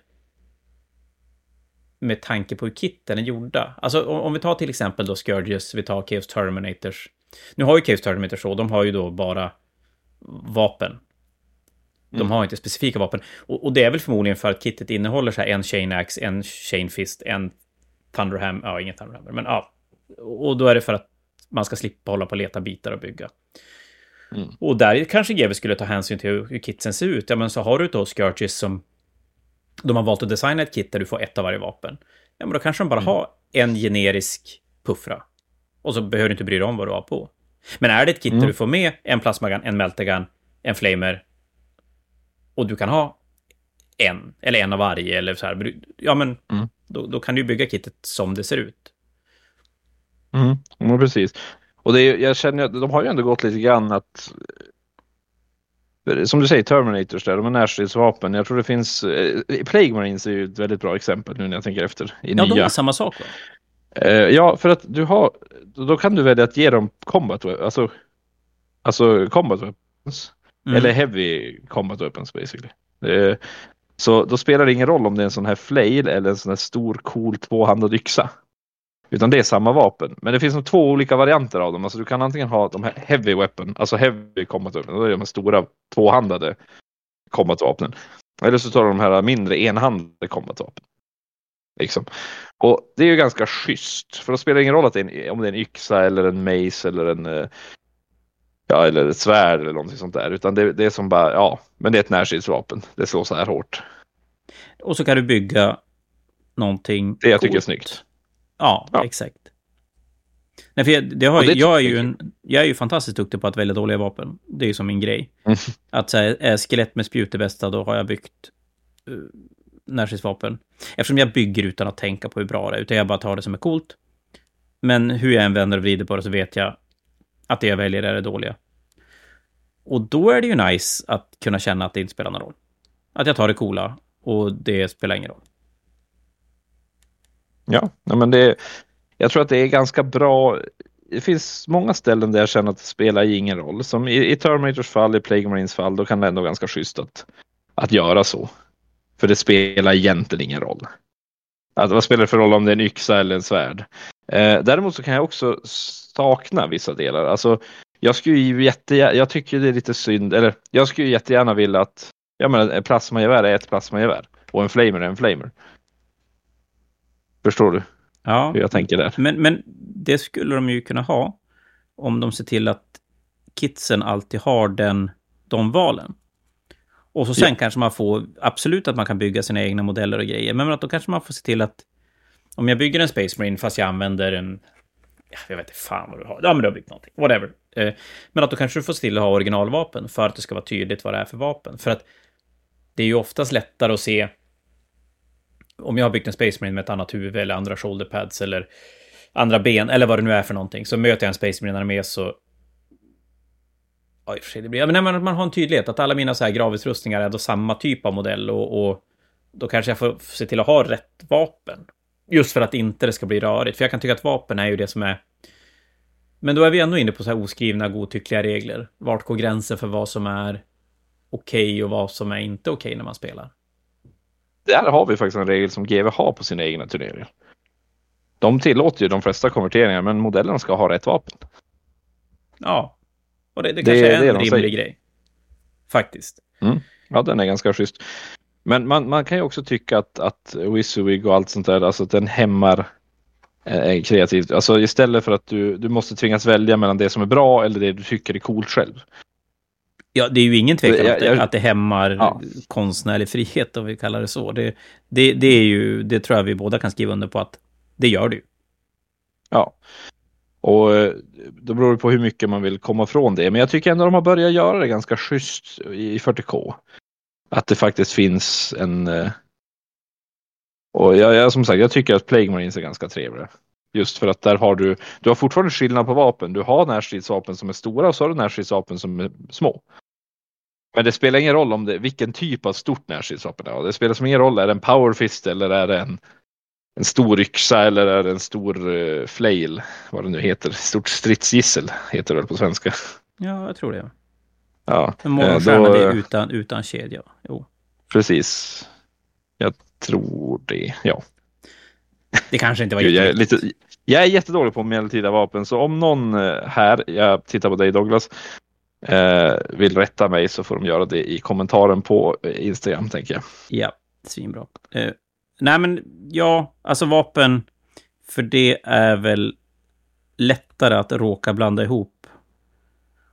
[SPEAKER 1] med tanke på hur kitten är gjorda. Alltså om, om vi tar till exempel då Scourges, vi tar Chaos Terminators. Nu har ju Chaos Terminators så, de har ju då bara vapen. De
[SPEAKER 2] Mm.
[SPEAKER 1] har inte specifika vapen. Och, och det är väl förmodligen för att kittet innehåller så här en Chain Axe, en Chain Fist, en Thunderhammer, ja, ingen Thunderhammer, men ja. Och då är det för att man ska slippa hålla på och leta bitar och bygga.
[SPEAKER 2] Mm.
[SPEAKER 1] Och där kanske G W skulle ta hänsyn till hur kitsen ser ut. Ja, men så har du då Scourges som de har valt att designa ett kit där du får ett av varje vapen. Ja, men då kanske de bara
[SPEAKER 2] Mm.
[SPEAKER 1] har en generisk puffra. Och så behöver du inte bry dig om vad du har på. Men är det ett kit
[SPEAKER 2] Mm.
[SPEAKER 1] där du får med en plasmagun, en meltagun, en flamer och du kan ha en, eller en av varje, eller så här. Ja, men
[SPEAKER 2] Mm.
[SPEAKER 1] då, då kan du bygga kittet som det ser ut.
[SPEAKER 2] Mm. Ja, precis. Och det är, jag känner att de har ju ändå gått lite grann att, som du säger, Terminators där, de är närstridsvapen. Jag tror det finns, eh, Plague Marines är ju ett väldigt bra exempel nu när jag tänker efter. I
[SPEAKER 1] Ja,
[SPEAKER 2] nya.
[SPEAKER 1] de har samma sak va?
[SPEAKER 2] Eh, ja, för att du har, då kan du välja att ge dem combat weapons, alltså, alltså combat weapons.
[SPEAKER 1] Mm.
[SPEAKER 2] Eller heavy combat weapons basically. Eh, så då spelar det ingen roll om det är en sån här flail eller en sån här stor cool tvåhandad yxa. Utan det är samma vapen. Men det finns nog två olika varianter av dem. Alltså du kan antingen ha de här heavy weapon, alltså heavy combat weapon, då är de här stora tvåhandade combat vapnen. Eller så tar de de här mindre enhandade combat vapen. Liksom. Och det är ju ganska schysst. För då spelar det ingen roll att det är en, om det är en yxa eller en mace eller en ja, eller ett svärd eller någonting sånt där. Utan det, det är som bara, ja, men det är ett närstridsvapen. Det slår så här hårt.
[SPEAKER 1] Och så kan du bygga någonting
[SPEAKER 2] Det jag
[SPEAKER 1] coolt.
[SPEAKER 2] tycker är snyggt.
[SPEAKER 1] Ja,
[SPEAKER 2] Ja.
[SPEAKER 1] exakt. Nej, för jag, det har,
[SPEAKER 2] Och det
[SPEAKER 1] jag, är
[SPEAKER 2] tycker
[SPEAKER 1] ju
[SPEAKER 2] jag
[SPEAKER 1] en, jag är ju fantastiskt duktig på att välja dåliga vapen. Det är ju som min grej.
[SPEAKER 2] Mm.
[SPEAKER 1] Att så här, är skelett med spjut det bästa, då har jag byggt uh, närstridsvapen. Eftersom jag bygger utan att tänka på hur bra det är, utan jag bara tar det som är coolt. Men hur jag än vänder och vrider på det så vet jag att det jag väljer är det dåliga. Och då är det ju nice att kunna känna att det inte spelar någon roll. Att jag tar det coola och det spelar ingen roll.
[SPEAKER 2] Ja, men det, jag tror att det är ganska bra. Det finns många ställen där jag känner att det spelar ingen roll. Som i, i Terminators fall, i Plague Marines fall, då kan det ändå vara ganska schysst att, att göra så. För det spelar egentligen ingen roll. Att, vad spelar det för roll om det är en yxa eller en svärd? Eh, däremot så kan jag också sakna vissa delar. Alltså, jag skulle ju jättegärna, jag tycker det är lite synd, eller jag skulle ju jättegärna vilja att, jag menar, ett plasmagevär är ett plasmagevär och en flamer är en flamer. Förstår du
[SPEAKER 1] Ja,
[SPEAKER 2] hur jag tänker där?
[SPEAKER 1] men, men det skulle de ju kunna ha om de ser till att kitsen alltid har den, de valen. Och så sen
[SPEAKER 2] Ja.
[SPEAKER 1] kanske man får, absolut att man kan bygga sina egna modeller och grejer, men att då kanske man får se till att om jag bygger en Space Marine fast jag använder en, ja, jag vet inte fan vad du har, ja men du har byggt någonting, whatever. Eh, men att då kanske du får se till att ha originalvapen för att det ska vara tydligt vad det är för vapen. För att det är ju oftast lättare att se om jag har byggt en Space Marine med ett annat huvud eller andra shoulder pads eller andra ben eller vad det nu är för någonting, så möter jag en Space Marine med så ja, i och för sig det blir, ja, men när man har en tydlighet att alla mina så här gravutrustningar är då samma typ av modell och, och då kanske jag får se till att ha rätt vapen. Just för att inte det ska bli rörigt. För jag kan tycka att vapen är ju det som är, men då är vi ändå inne på så här oskrivna godtyckliga regler. Vart går gränsen för vad som är okej okay och vad som är inte okej okay när man spelar?
[SPEAKER 2] Där har vi faktiskt en regel som G W har på sina egna turneringar. De tillåter ju de flesta konverteringar, men modellerna ska ha rätt vapen.
[SPEAKER 1] Ja, och det, det,
[SPEAKER 2] Det-
[SPEAKER 1] kanske är
[SPEAKER 2] det
[SPEAKER 1] en
[SPEAKER 2] de
[SPEAKER 1] rimlig
[SPEAKER 2] säger.
[SPEAKER 1] grej. Faktiskt.
[SPEAKER 2] Mm. Ja, den är ganska schysst. Men man, man kan ju också tycka att, att WYSIWYG och allt sånt där, alltså att den hämmar eh, kreativt. Alltså istället för att du, du måste tvingas välja mellan det som är bra eller det du tycker är coolt själv.
[SPEAKER 1] Ja, det är ju ingen tvekan
[SPEAKER 2] Jag-
[SPEAKER 1] att, det,
[SPEAKER 2] jag-
[SPEAKER 1] att det hämmar
[SPEAKER 2] Ja.
[SPEAKER 1] konstnärlig frihet, om vi kallar det så. Det, det, det är ju, det tror jag vi båda kan skriva under på att det gör det ju.
[SPEAKER 2] Ja. Och eh, då beror det på hur mycket man vill komma från det. Men jag tycker ändå de har börjat göra det ganska schysst i fyrtio K. Att det faktiskt finns en... eh, Och jag, jag, som sagt, jag tycker att Plague Marines är ganska trevliga. Just för att där har du... Du har fortfarande skillnad på vapen. Du har närstridsvapen som är stora och så har du närstridsvapen som är små. Men det spelar ingen roll om det vilken typ av stort närstridsvapen det är. Det spelar som ingen roll. Är det en power fist eller är det en, en stor yxa eller är det en stor uh, flail? Vad det nu heter. Stort stridsgissel heter det väl på svenska.
[SPEAKER 1] Ja, jag tror det.
[SPEAKER 2] Ja,
[SPEAKER 1] En
[SPEAKER 2] eh,
[SPEAKER 1] morgonstjärna,
[SPEAKER 2] då-
[SPEAKER 1] det är utan, utan kedja. Jo.
[SPEAKER 2] precis. Jag tror det, ja.
[SPEAKER 1] Det kanske inte var
[SPEAKER 2] Gud, jag, är
[SPEAKER 1] jätteviktigt.
[SPEAKER 2] lite, jag är jättedålig på medeltida vapen, så om någon eh, här, jag tittar på dig Douglas, eh, vill rätta mig så får de göra det i kommentaren på eh, Instagram, tänker jag.
[SPEAKER 1] Ja, svinbra. Eh, nej, men ja, alltså vapen, för det är väl lättare att råka blanda ihop.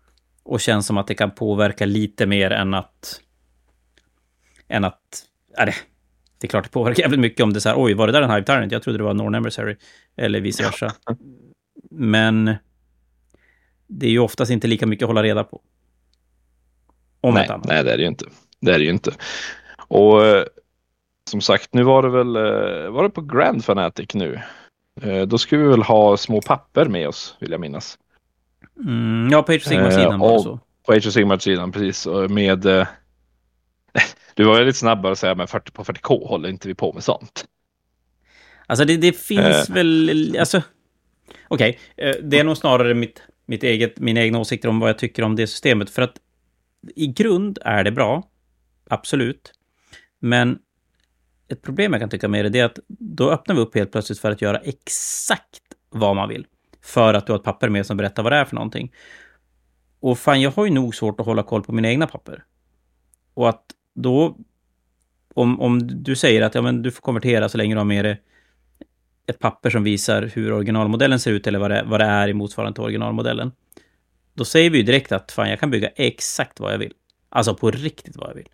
[SPEAKER 1] Och känns som att det kan påverka lite mer än att... Än att... Äh, det, det är klart det påverkar jävligt mycket om det är så här, oj, var det där en Hive Tyrant? Jag trodde det var Norn Emissary. Eller vice versa. Men det är ju oftast inte lika mycket att hålla reda på. Om
[SPEAKER 2] nej, nej, det är det ju inte. Det är det ju inte. Och som sagt, nu var det väl var det på Grand Fanatic nu. Då ska vi väl ha små papper med oss, vill jag minnas.
[SPEAKER 1] Mm, ja, på Age of Sigmar-sidan
[SPEAKER 2] eh,
[SPEAKER 1] var det så.
[SPEAKER 2] På Age of Sigmar-sidan, precis. Med, eh, du var ju lite snabbare att säga, men fyrtio på fyrtio K håller inte vi på med sånt.
[SPEAKER 1] Alltså det, det finns
[SPEAKER 2] eh.
[SPEAKER 1] väl... Alltså, okej, okay. Det är nog snarare mitt, mitt eget, mina egna åsikter om vad jag tycker om det systemet. För att i grund är det bra. Absolut. Men ett problem jag kan tycka med det är att då öppnar vi upp helt plötsligt för att göra exakt vad man vill. För att du har ett papper med som berättar vad det är för någonting. Och fan, jag har ju nog svårt att hålla koll på mina egna papper. Och att då, om, om du säger att ja, men du får konvertera så länge du har med dig ett papper som visar hur originalmodellen ser ut eller vad det, vad det är i motsvarande till originalmodellen. Då säger vi ju direkt att fan, jag kan bygga exakt vad jag vill. Alltså på riktigt vad jag vill.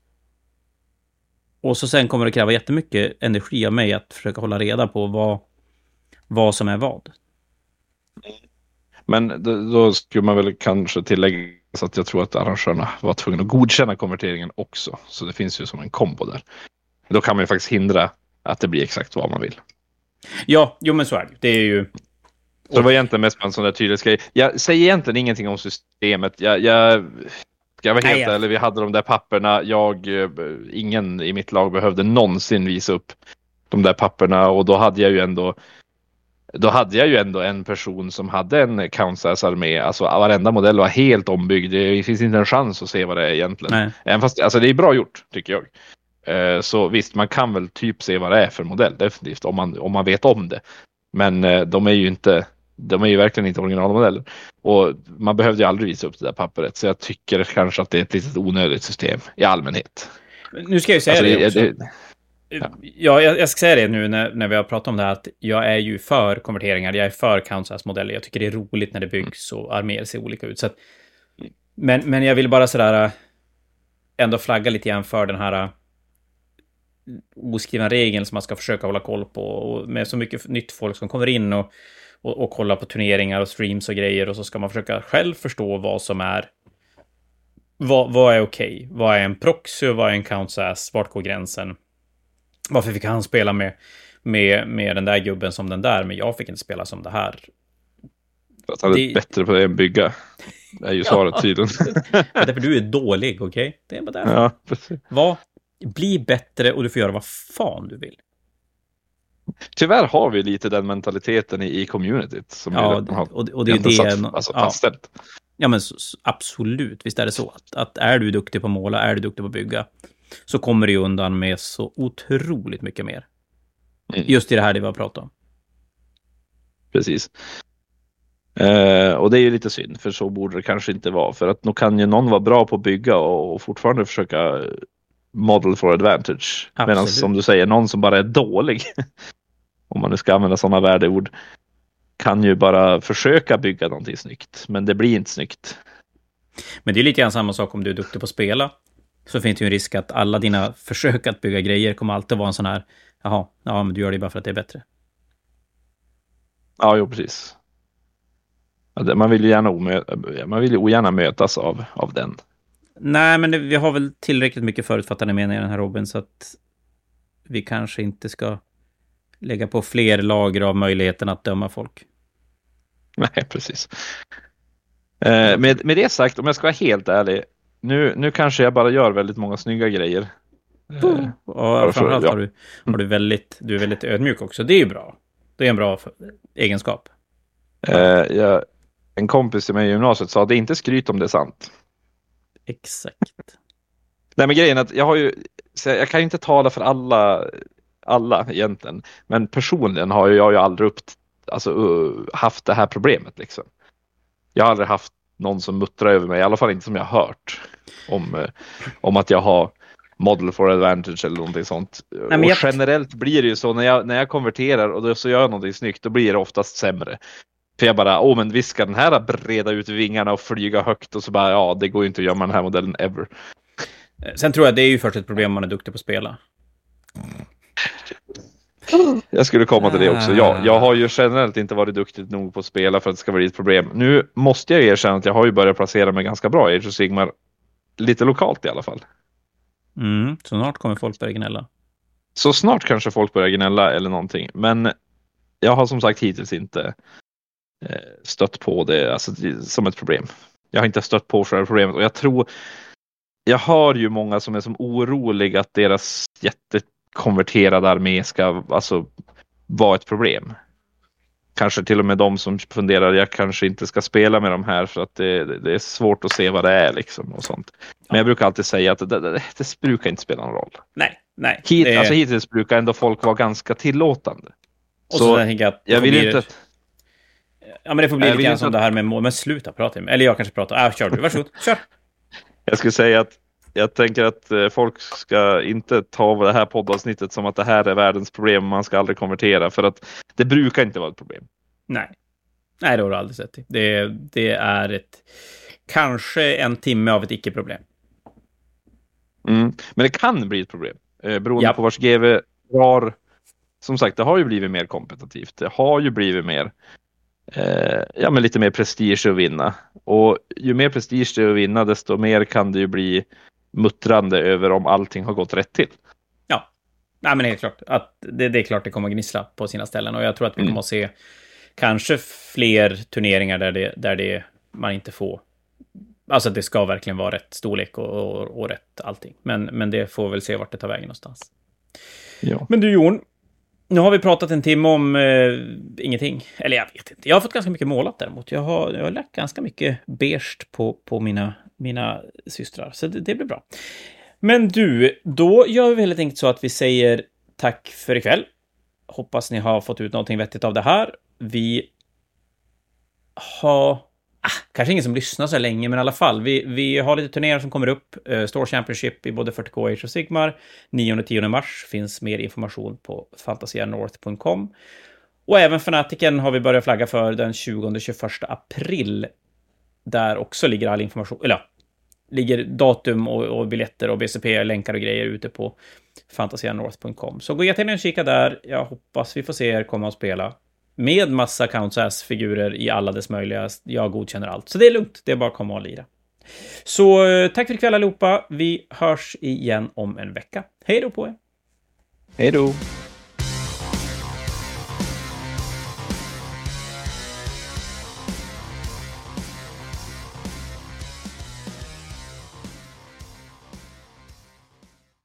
[SPEAKER 1] Och så sen kommer det kräva jättemycket energi av mig att försöka hålla reda på vad, vad som är vad.
[SPEAKER 2] Men då, då skulle man väl kanske tillägga så att jag tror att arrangörerna var tvungna att godkänna konverteringen också. Så det finns ju som en kombo där. Då kan man ju faktiskt hindra att det blir exakt vad man vill.
[SPEAKER 1] Ja, jo men så är det. Det är ju...
[SPEAKER 2] Så det var egentligen mest en sån där tydlighetsgrej. Jag säger egentligen ingenting om systemet. Jag, jag, jag var helt Nej, ärlig, vi hade de där papperna. Jag, ingen i mitt lag behövde någonsin visa upp de där papperna. Och då hade jag ju ändå då hade jag ju ändå en person som hade en Council-armé. Alltså varenda modell var helt ombyggd. Det finns inte en chans att se vad det är egentligen. Nej. Även fast, alltså det är bra gjort, tycker jag. Så visst, man kan väl typ se vad det är för modell, definitivt, om man, om man vet om det. Men de är ju inte, de är ju verkligen inte originalmodeller. Och man behövde ju aldrig visa upp det där pappret. Så jag tycker kanske att det är ett litet onödigt system i allmänhet.
[SPEAKER 1] Nu ska jag ju säga alltså, det också. Det, det, ja, ja jag, jag ska säga det nu när, när vi har pratat om det här, att jag är ju för konverteringar, jag är för Council-modeller. Jag tycker det är roligt när det byggs och arméer ser olika ut. Så att, men, men jag vill bara sådär ändå flagga lite grann för den här oskrivna regeln som man ska försöka hålla koll på, och med så mycket nytt folk som kommer in och, och, och kollar på turneringar och streams och grejer, och så ska man försöka själv förstå vad som är vad, vad är okej, okay? Vad är en proxy, vad är en countsass, vart går gränsen, varför fick han spela med, med, med den där gubben som den där, men jag fick inte spela som det här.
[SPEAKER 2] För att han är det... bättre på det än bygga. Det är ju svaret tydligen.
[SPEAKER 1] Därför du är dålig, okej? Okay? Det är bara därför.
[SPEAKER 2] Ja, precis.
[SPEAKER 1] Vad? Bli bättre och du får göra vad fan du vill.
[SPEAKER 2] Tyvärr har vi lite den mentaliteten i, i communityt som
[SPEAKER 1] ja,
[SPEAKER 2] vi har
[SPEAKER 1] och, och det är det
[SPEAKER 2] satt, alltså, fastställt.
[SPEAKER 1] Ja, ja men så, absolut, visst är det så att, att är du duktig på att måla, är du duktig på att bygga, så kommer du undan med så otroligt mycket mer. Mm. Just i det här det vi har pratat om.
[SPEAKER 2] Precis. Eh, och det är ju lite synd, för så borde det kanske inte vara, för att nu kan ju någon vara bra på att bygga och, och fortfarande försöka model for advantage. Medan som du säger, någon som bara är dålig, om man nu ska använda sådana värdeord, kan ju bara försöka bygga någonting snyggt, men det blir inte snyggt.
[SPEAKER 1] Men det är lite grann samma sak om du är duktig på att spela, så finns det ju en risk att alla dina försök att bygga grejer kommer alltid vara en sån här, jaha, ja men du gör det bara för att det är bättre.
[SPEAKER 2] Ja, jo precis. Man vill ju gärna, omö- man vill ju ogärna mötas av, av den.
[SPEAKER 1] Nej, men det, vi har väl tillräckligt mycket förutfattande meningar i den här Robin, så att vi kanske inte ska lägga på fler lager av möjligheten att döma folk.
[SPEAKER 2] Nej, precis. Eh, med, med det sagt, om jag ska vara helt ärlig, nu, nu kanske jag bara gör väldigt många snygga grejer.
[SPEAKER 1] Eh, och framförallt ja. har, du, har du, väldigt, du är väldigt ödmjuk också. Det är ju bra. Det är en bra egenskap.
[SPEAKER 2] Eh, jag, en kompis i mig i gymnasiet sa, det är inte skryt om det är sant.
[SPEAKER 1] Exakt.
[SPEAKER 2] Nej, men grejen är att jag har ju, jag kan inte tala för alla, alla egentligen, men personligen har jag ju aldrig upp, alltså, uh, haft det här problemet liksom. Jag har aldrig haft någon som muttrar över mig, i alla fall inte som jag har hört om, uh, om att jag har model for advantage eller någonting sånt. Nej, och jag... generellt blir det ju så när jag, när jag konverterar och då så gör jag någonting snyggt, då blir det oftast sämre. För jag bara, åh men visst ska den här breda ut vingarna och flyga högt och så bara, ja det går ju inte att göra den här modellen ever.
[SPEAKER 1] Sen tror jag det är ju först ett problem om man är duktig på att spela.
[SPEAKER 2] Jag skulle komma till det också. Jag, jag har ju generellt inte varit duktig nog på att spela för att det ska bli ett problem. Nu måste jag erkänna att jag har ju börjat placera mig ganska bra i Age of Sigmar. Lite lokalt i alla fall.
[SPEAKER 1] Mm, så snart kommer folk börja gnälla.
[SPEAKER 2] Så snart kanske folk börjar gnälla eller någonting. Men jag har som sagt hittills inte eh, stött på det, alltså, det som ett problem. Jag har inte stött på själva problemet. Och jag tror, jag hör ju många som är som oroliga att deras jättekonverterade armé ska alltså vara ett problem. Kanske till och med de som funderar, jag kanske inte ska spela med de här för att det, det är svårt att se vad det är liksom och sånt. Men jag brukar alltid säga att det, det, det brukar inte spela någon roll.
[SPEAKER 1] Nej, nej.
[SPEAKER 2] Hit,
[SPEAKER 1] det...
[SPEAKER 2] Alltså hittills brukar ändå folk vara ganska tillåtande.
[SPEAKER 1] Och så, så jag tänker att
[SPEAKER 2] jag vill
[SPEAKER 1] bli...
[SPEAKER 2] inte...
[SPEAKER 1] Ja, men det får bli
[SPEAKER 2] jag
[SPEAKER 1] lite grann som
[SPEAKER 2] att...
[SPEAKER 1] det här med mål. Men sluta prata med. Eller jag kanske pratar. Äh, kör du, varsågod. Kör.
[SPEAKER 2] Jag skulle säga att jag tänker att folk ska inte ta det här poddavsnittet som att det här är världens problem. Man ska aldrig konvertera. För att det brukar inte vara ett problem.
[SPEAKER 1] Nej. Nej, det har du aldrig sett. Det, det är ett... Kanske en timme av ett icke-problem.
[SPEAKER 2] Mm. Men det kan bli ett problem. Eh, beroende
[SPEAKER 1] ja.
[SPEAKER 2] på vars G V har... Som sagt, det har ju blivit mer kompetitivt. Det har ju blivit mer... Eh, ja, men lite mer prestige att vinna. Och ju mer prestige det är att vinna, desto mer kan det ju bli muttrande över om allting har gått rätt till.
[SPEAKER 1] Ja, nej, men helt klart. Att det, det är klart det kommer att gnissla på sina ställen. Och jag tror att vi kommer
[SPEAKER 2] mm.
[SPEAKER 1] att se kanske fler turneringar där, det, där det, man inte får... Alltså det ska verkligen vara rätt storlek och, och, och rätt allting. Men, men det får väl se vart det tar vägen någonstans.
[SPEAKER 2] Ja.
[SPEAKER 1] Men du Jon, nu har vi pratat en timme om eh, ingenting. Eller jag vet inte. Jag har fått ganska mycket målat däremot. Jag har, jag har lagt ganska mycket beige på, på mina, mina systrar. Så det, det blir bra. Men du, då gör vi helt enkelt så att vi säger tack för ikväll. Hoppas ni har fått ut någonting vettigt av det här. Vi har... Ah, kanske ingen som lyssnar så länge, men i alla fall. Vi, vi har lite turnéer som kommer upp. Uh, Store Championship i både fyrtio K och Age of Sigmar. nionde till tionde mars finns mer information på fantasia north punkt com. Och även Fanatiken har vi börjat flagga för den tjugonde till tjugoförsta april. Där också ligger all information, eller ligger datum och, och biljetter och B C P-länkar och grejer ute på fantasia north punkt com. Så gå jättegärna och kika där. Jag hoppas vi får se er komma och spela. Med massa Countess-figurer i alla dess möjliga. Jag godkänner allt. Så det är lugnt. Det är bara att komma och lira. Så tack för ikväll allihopa. Vi hörs igen om en vecka. Hej då på er.
[SPEAKER 2] Hej då.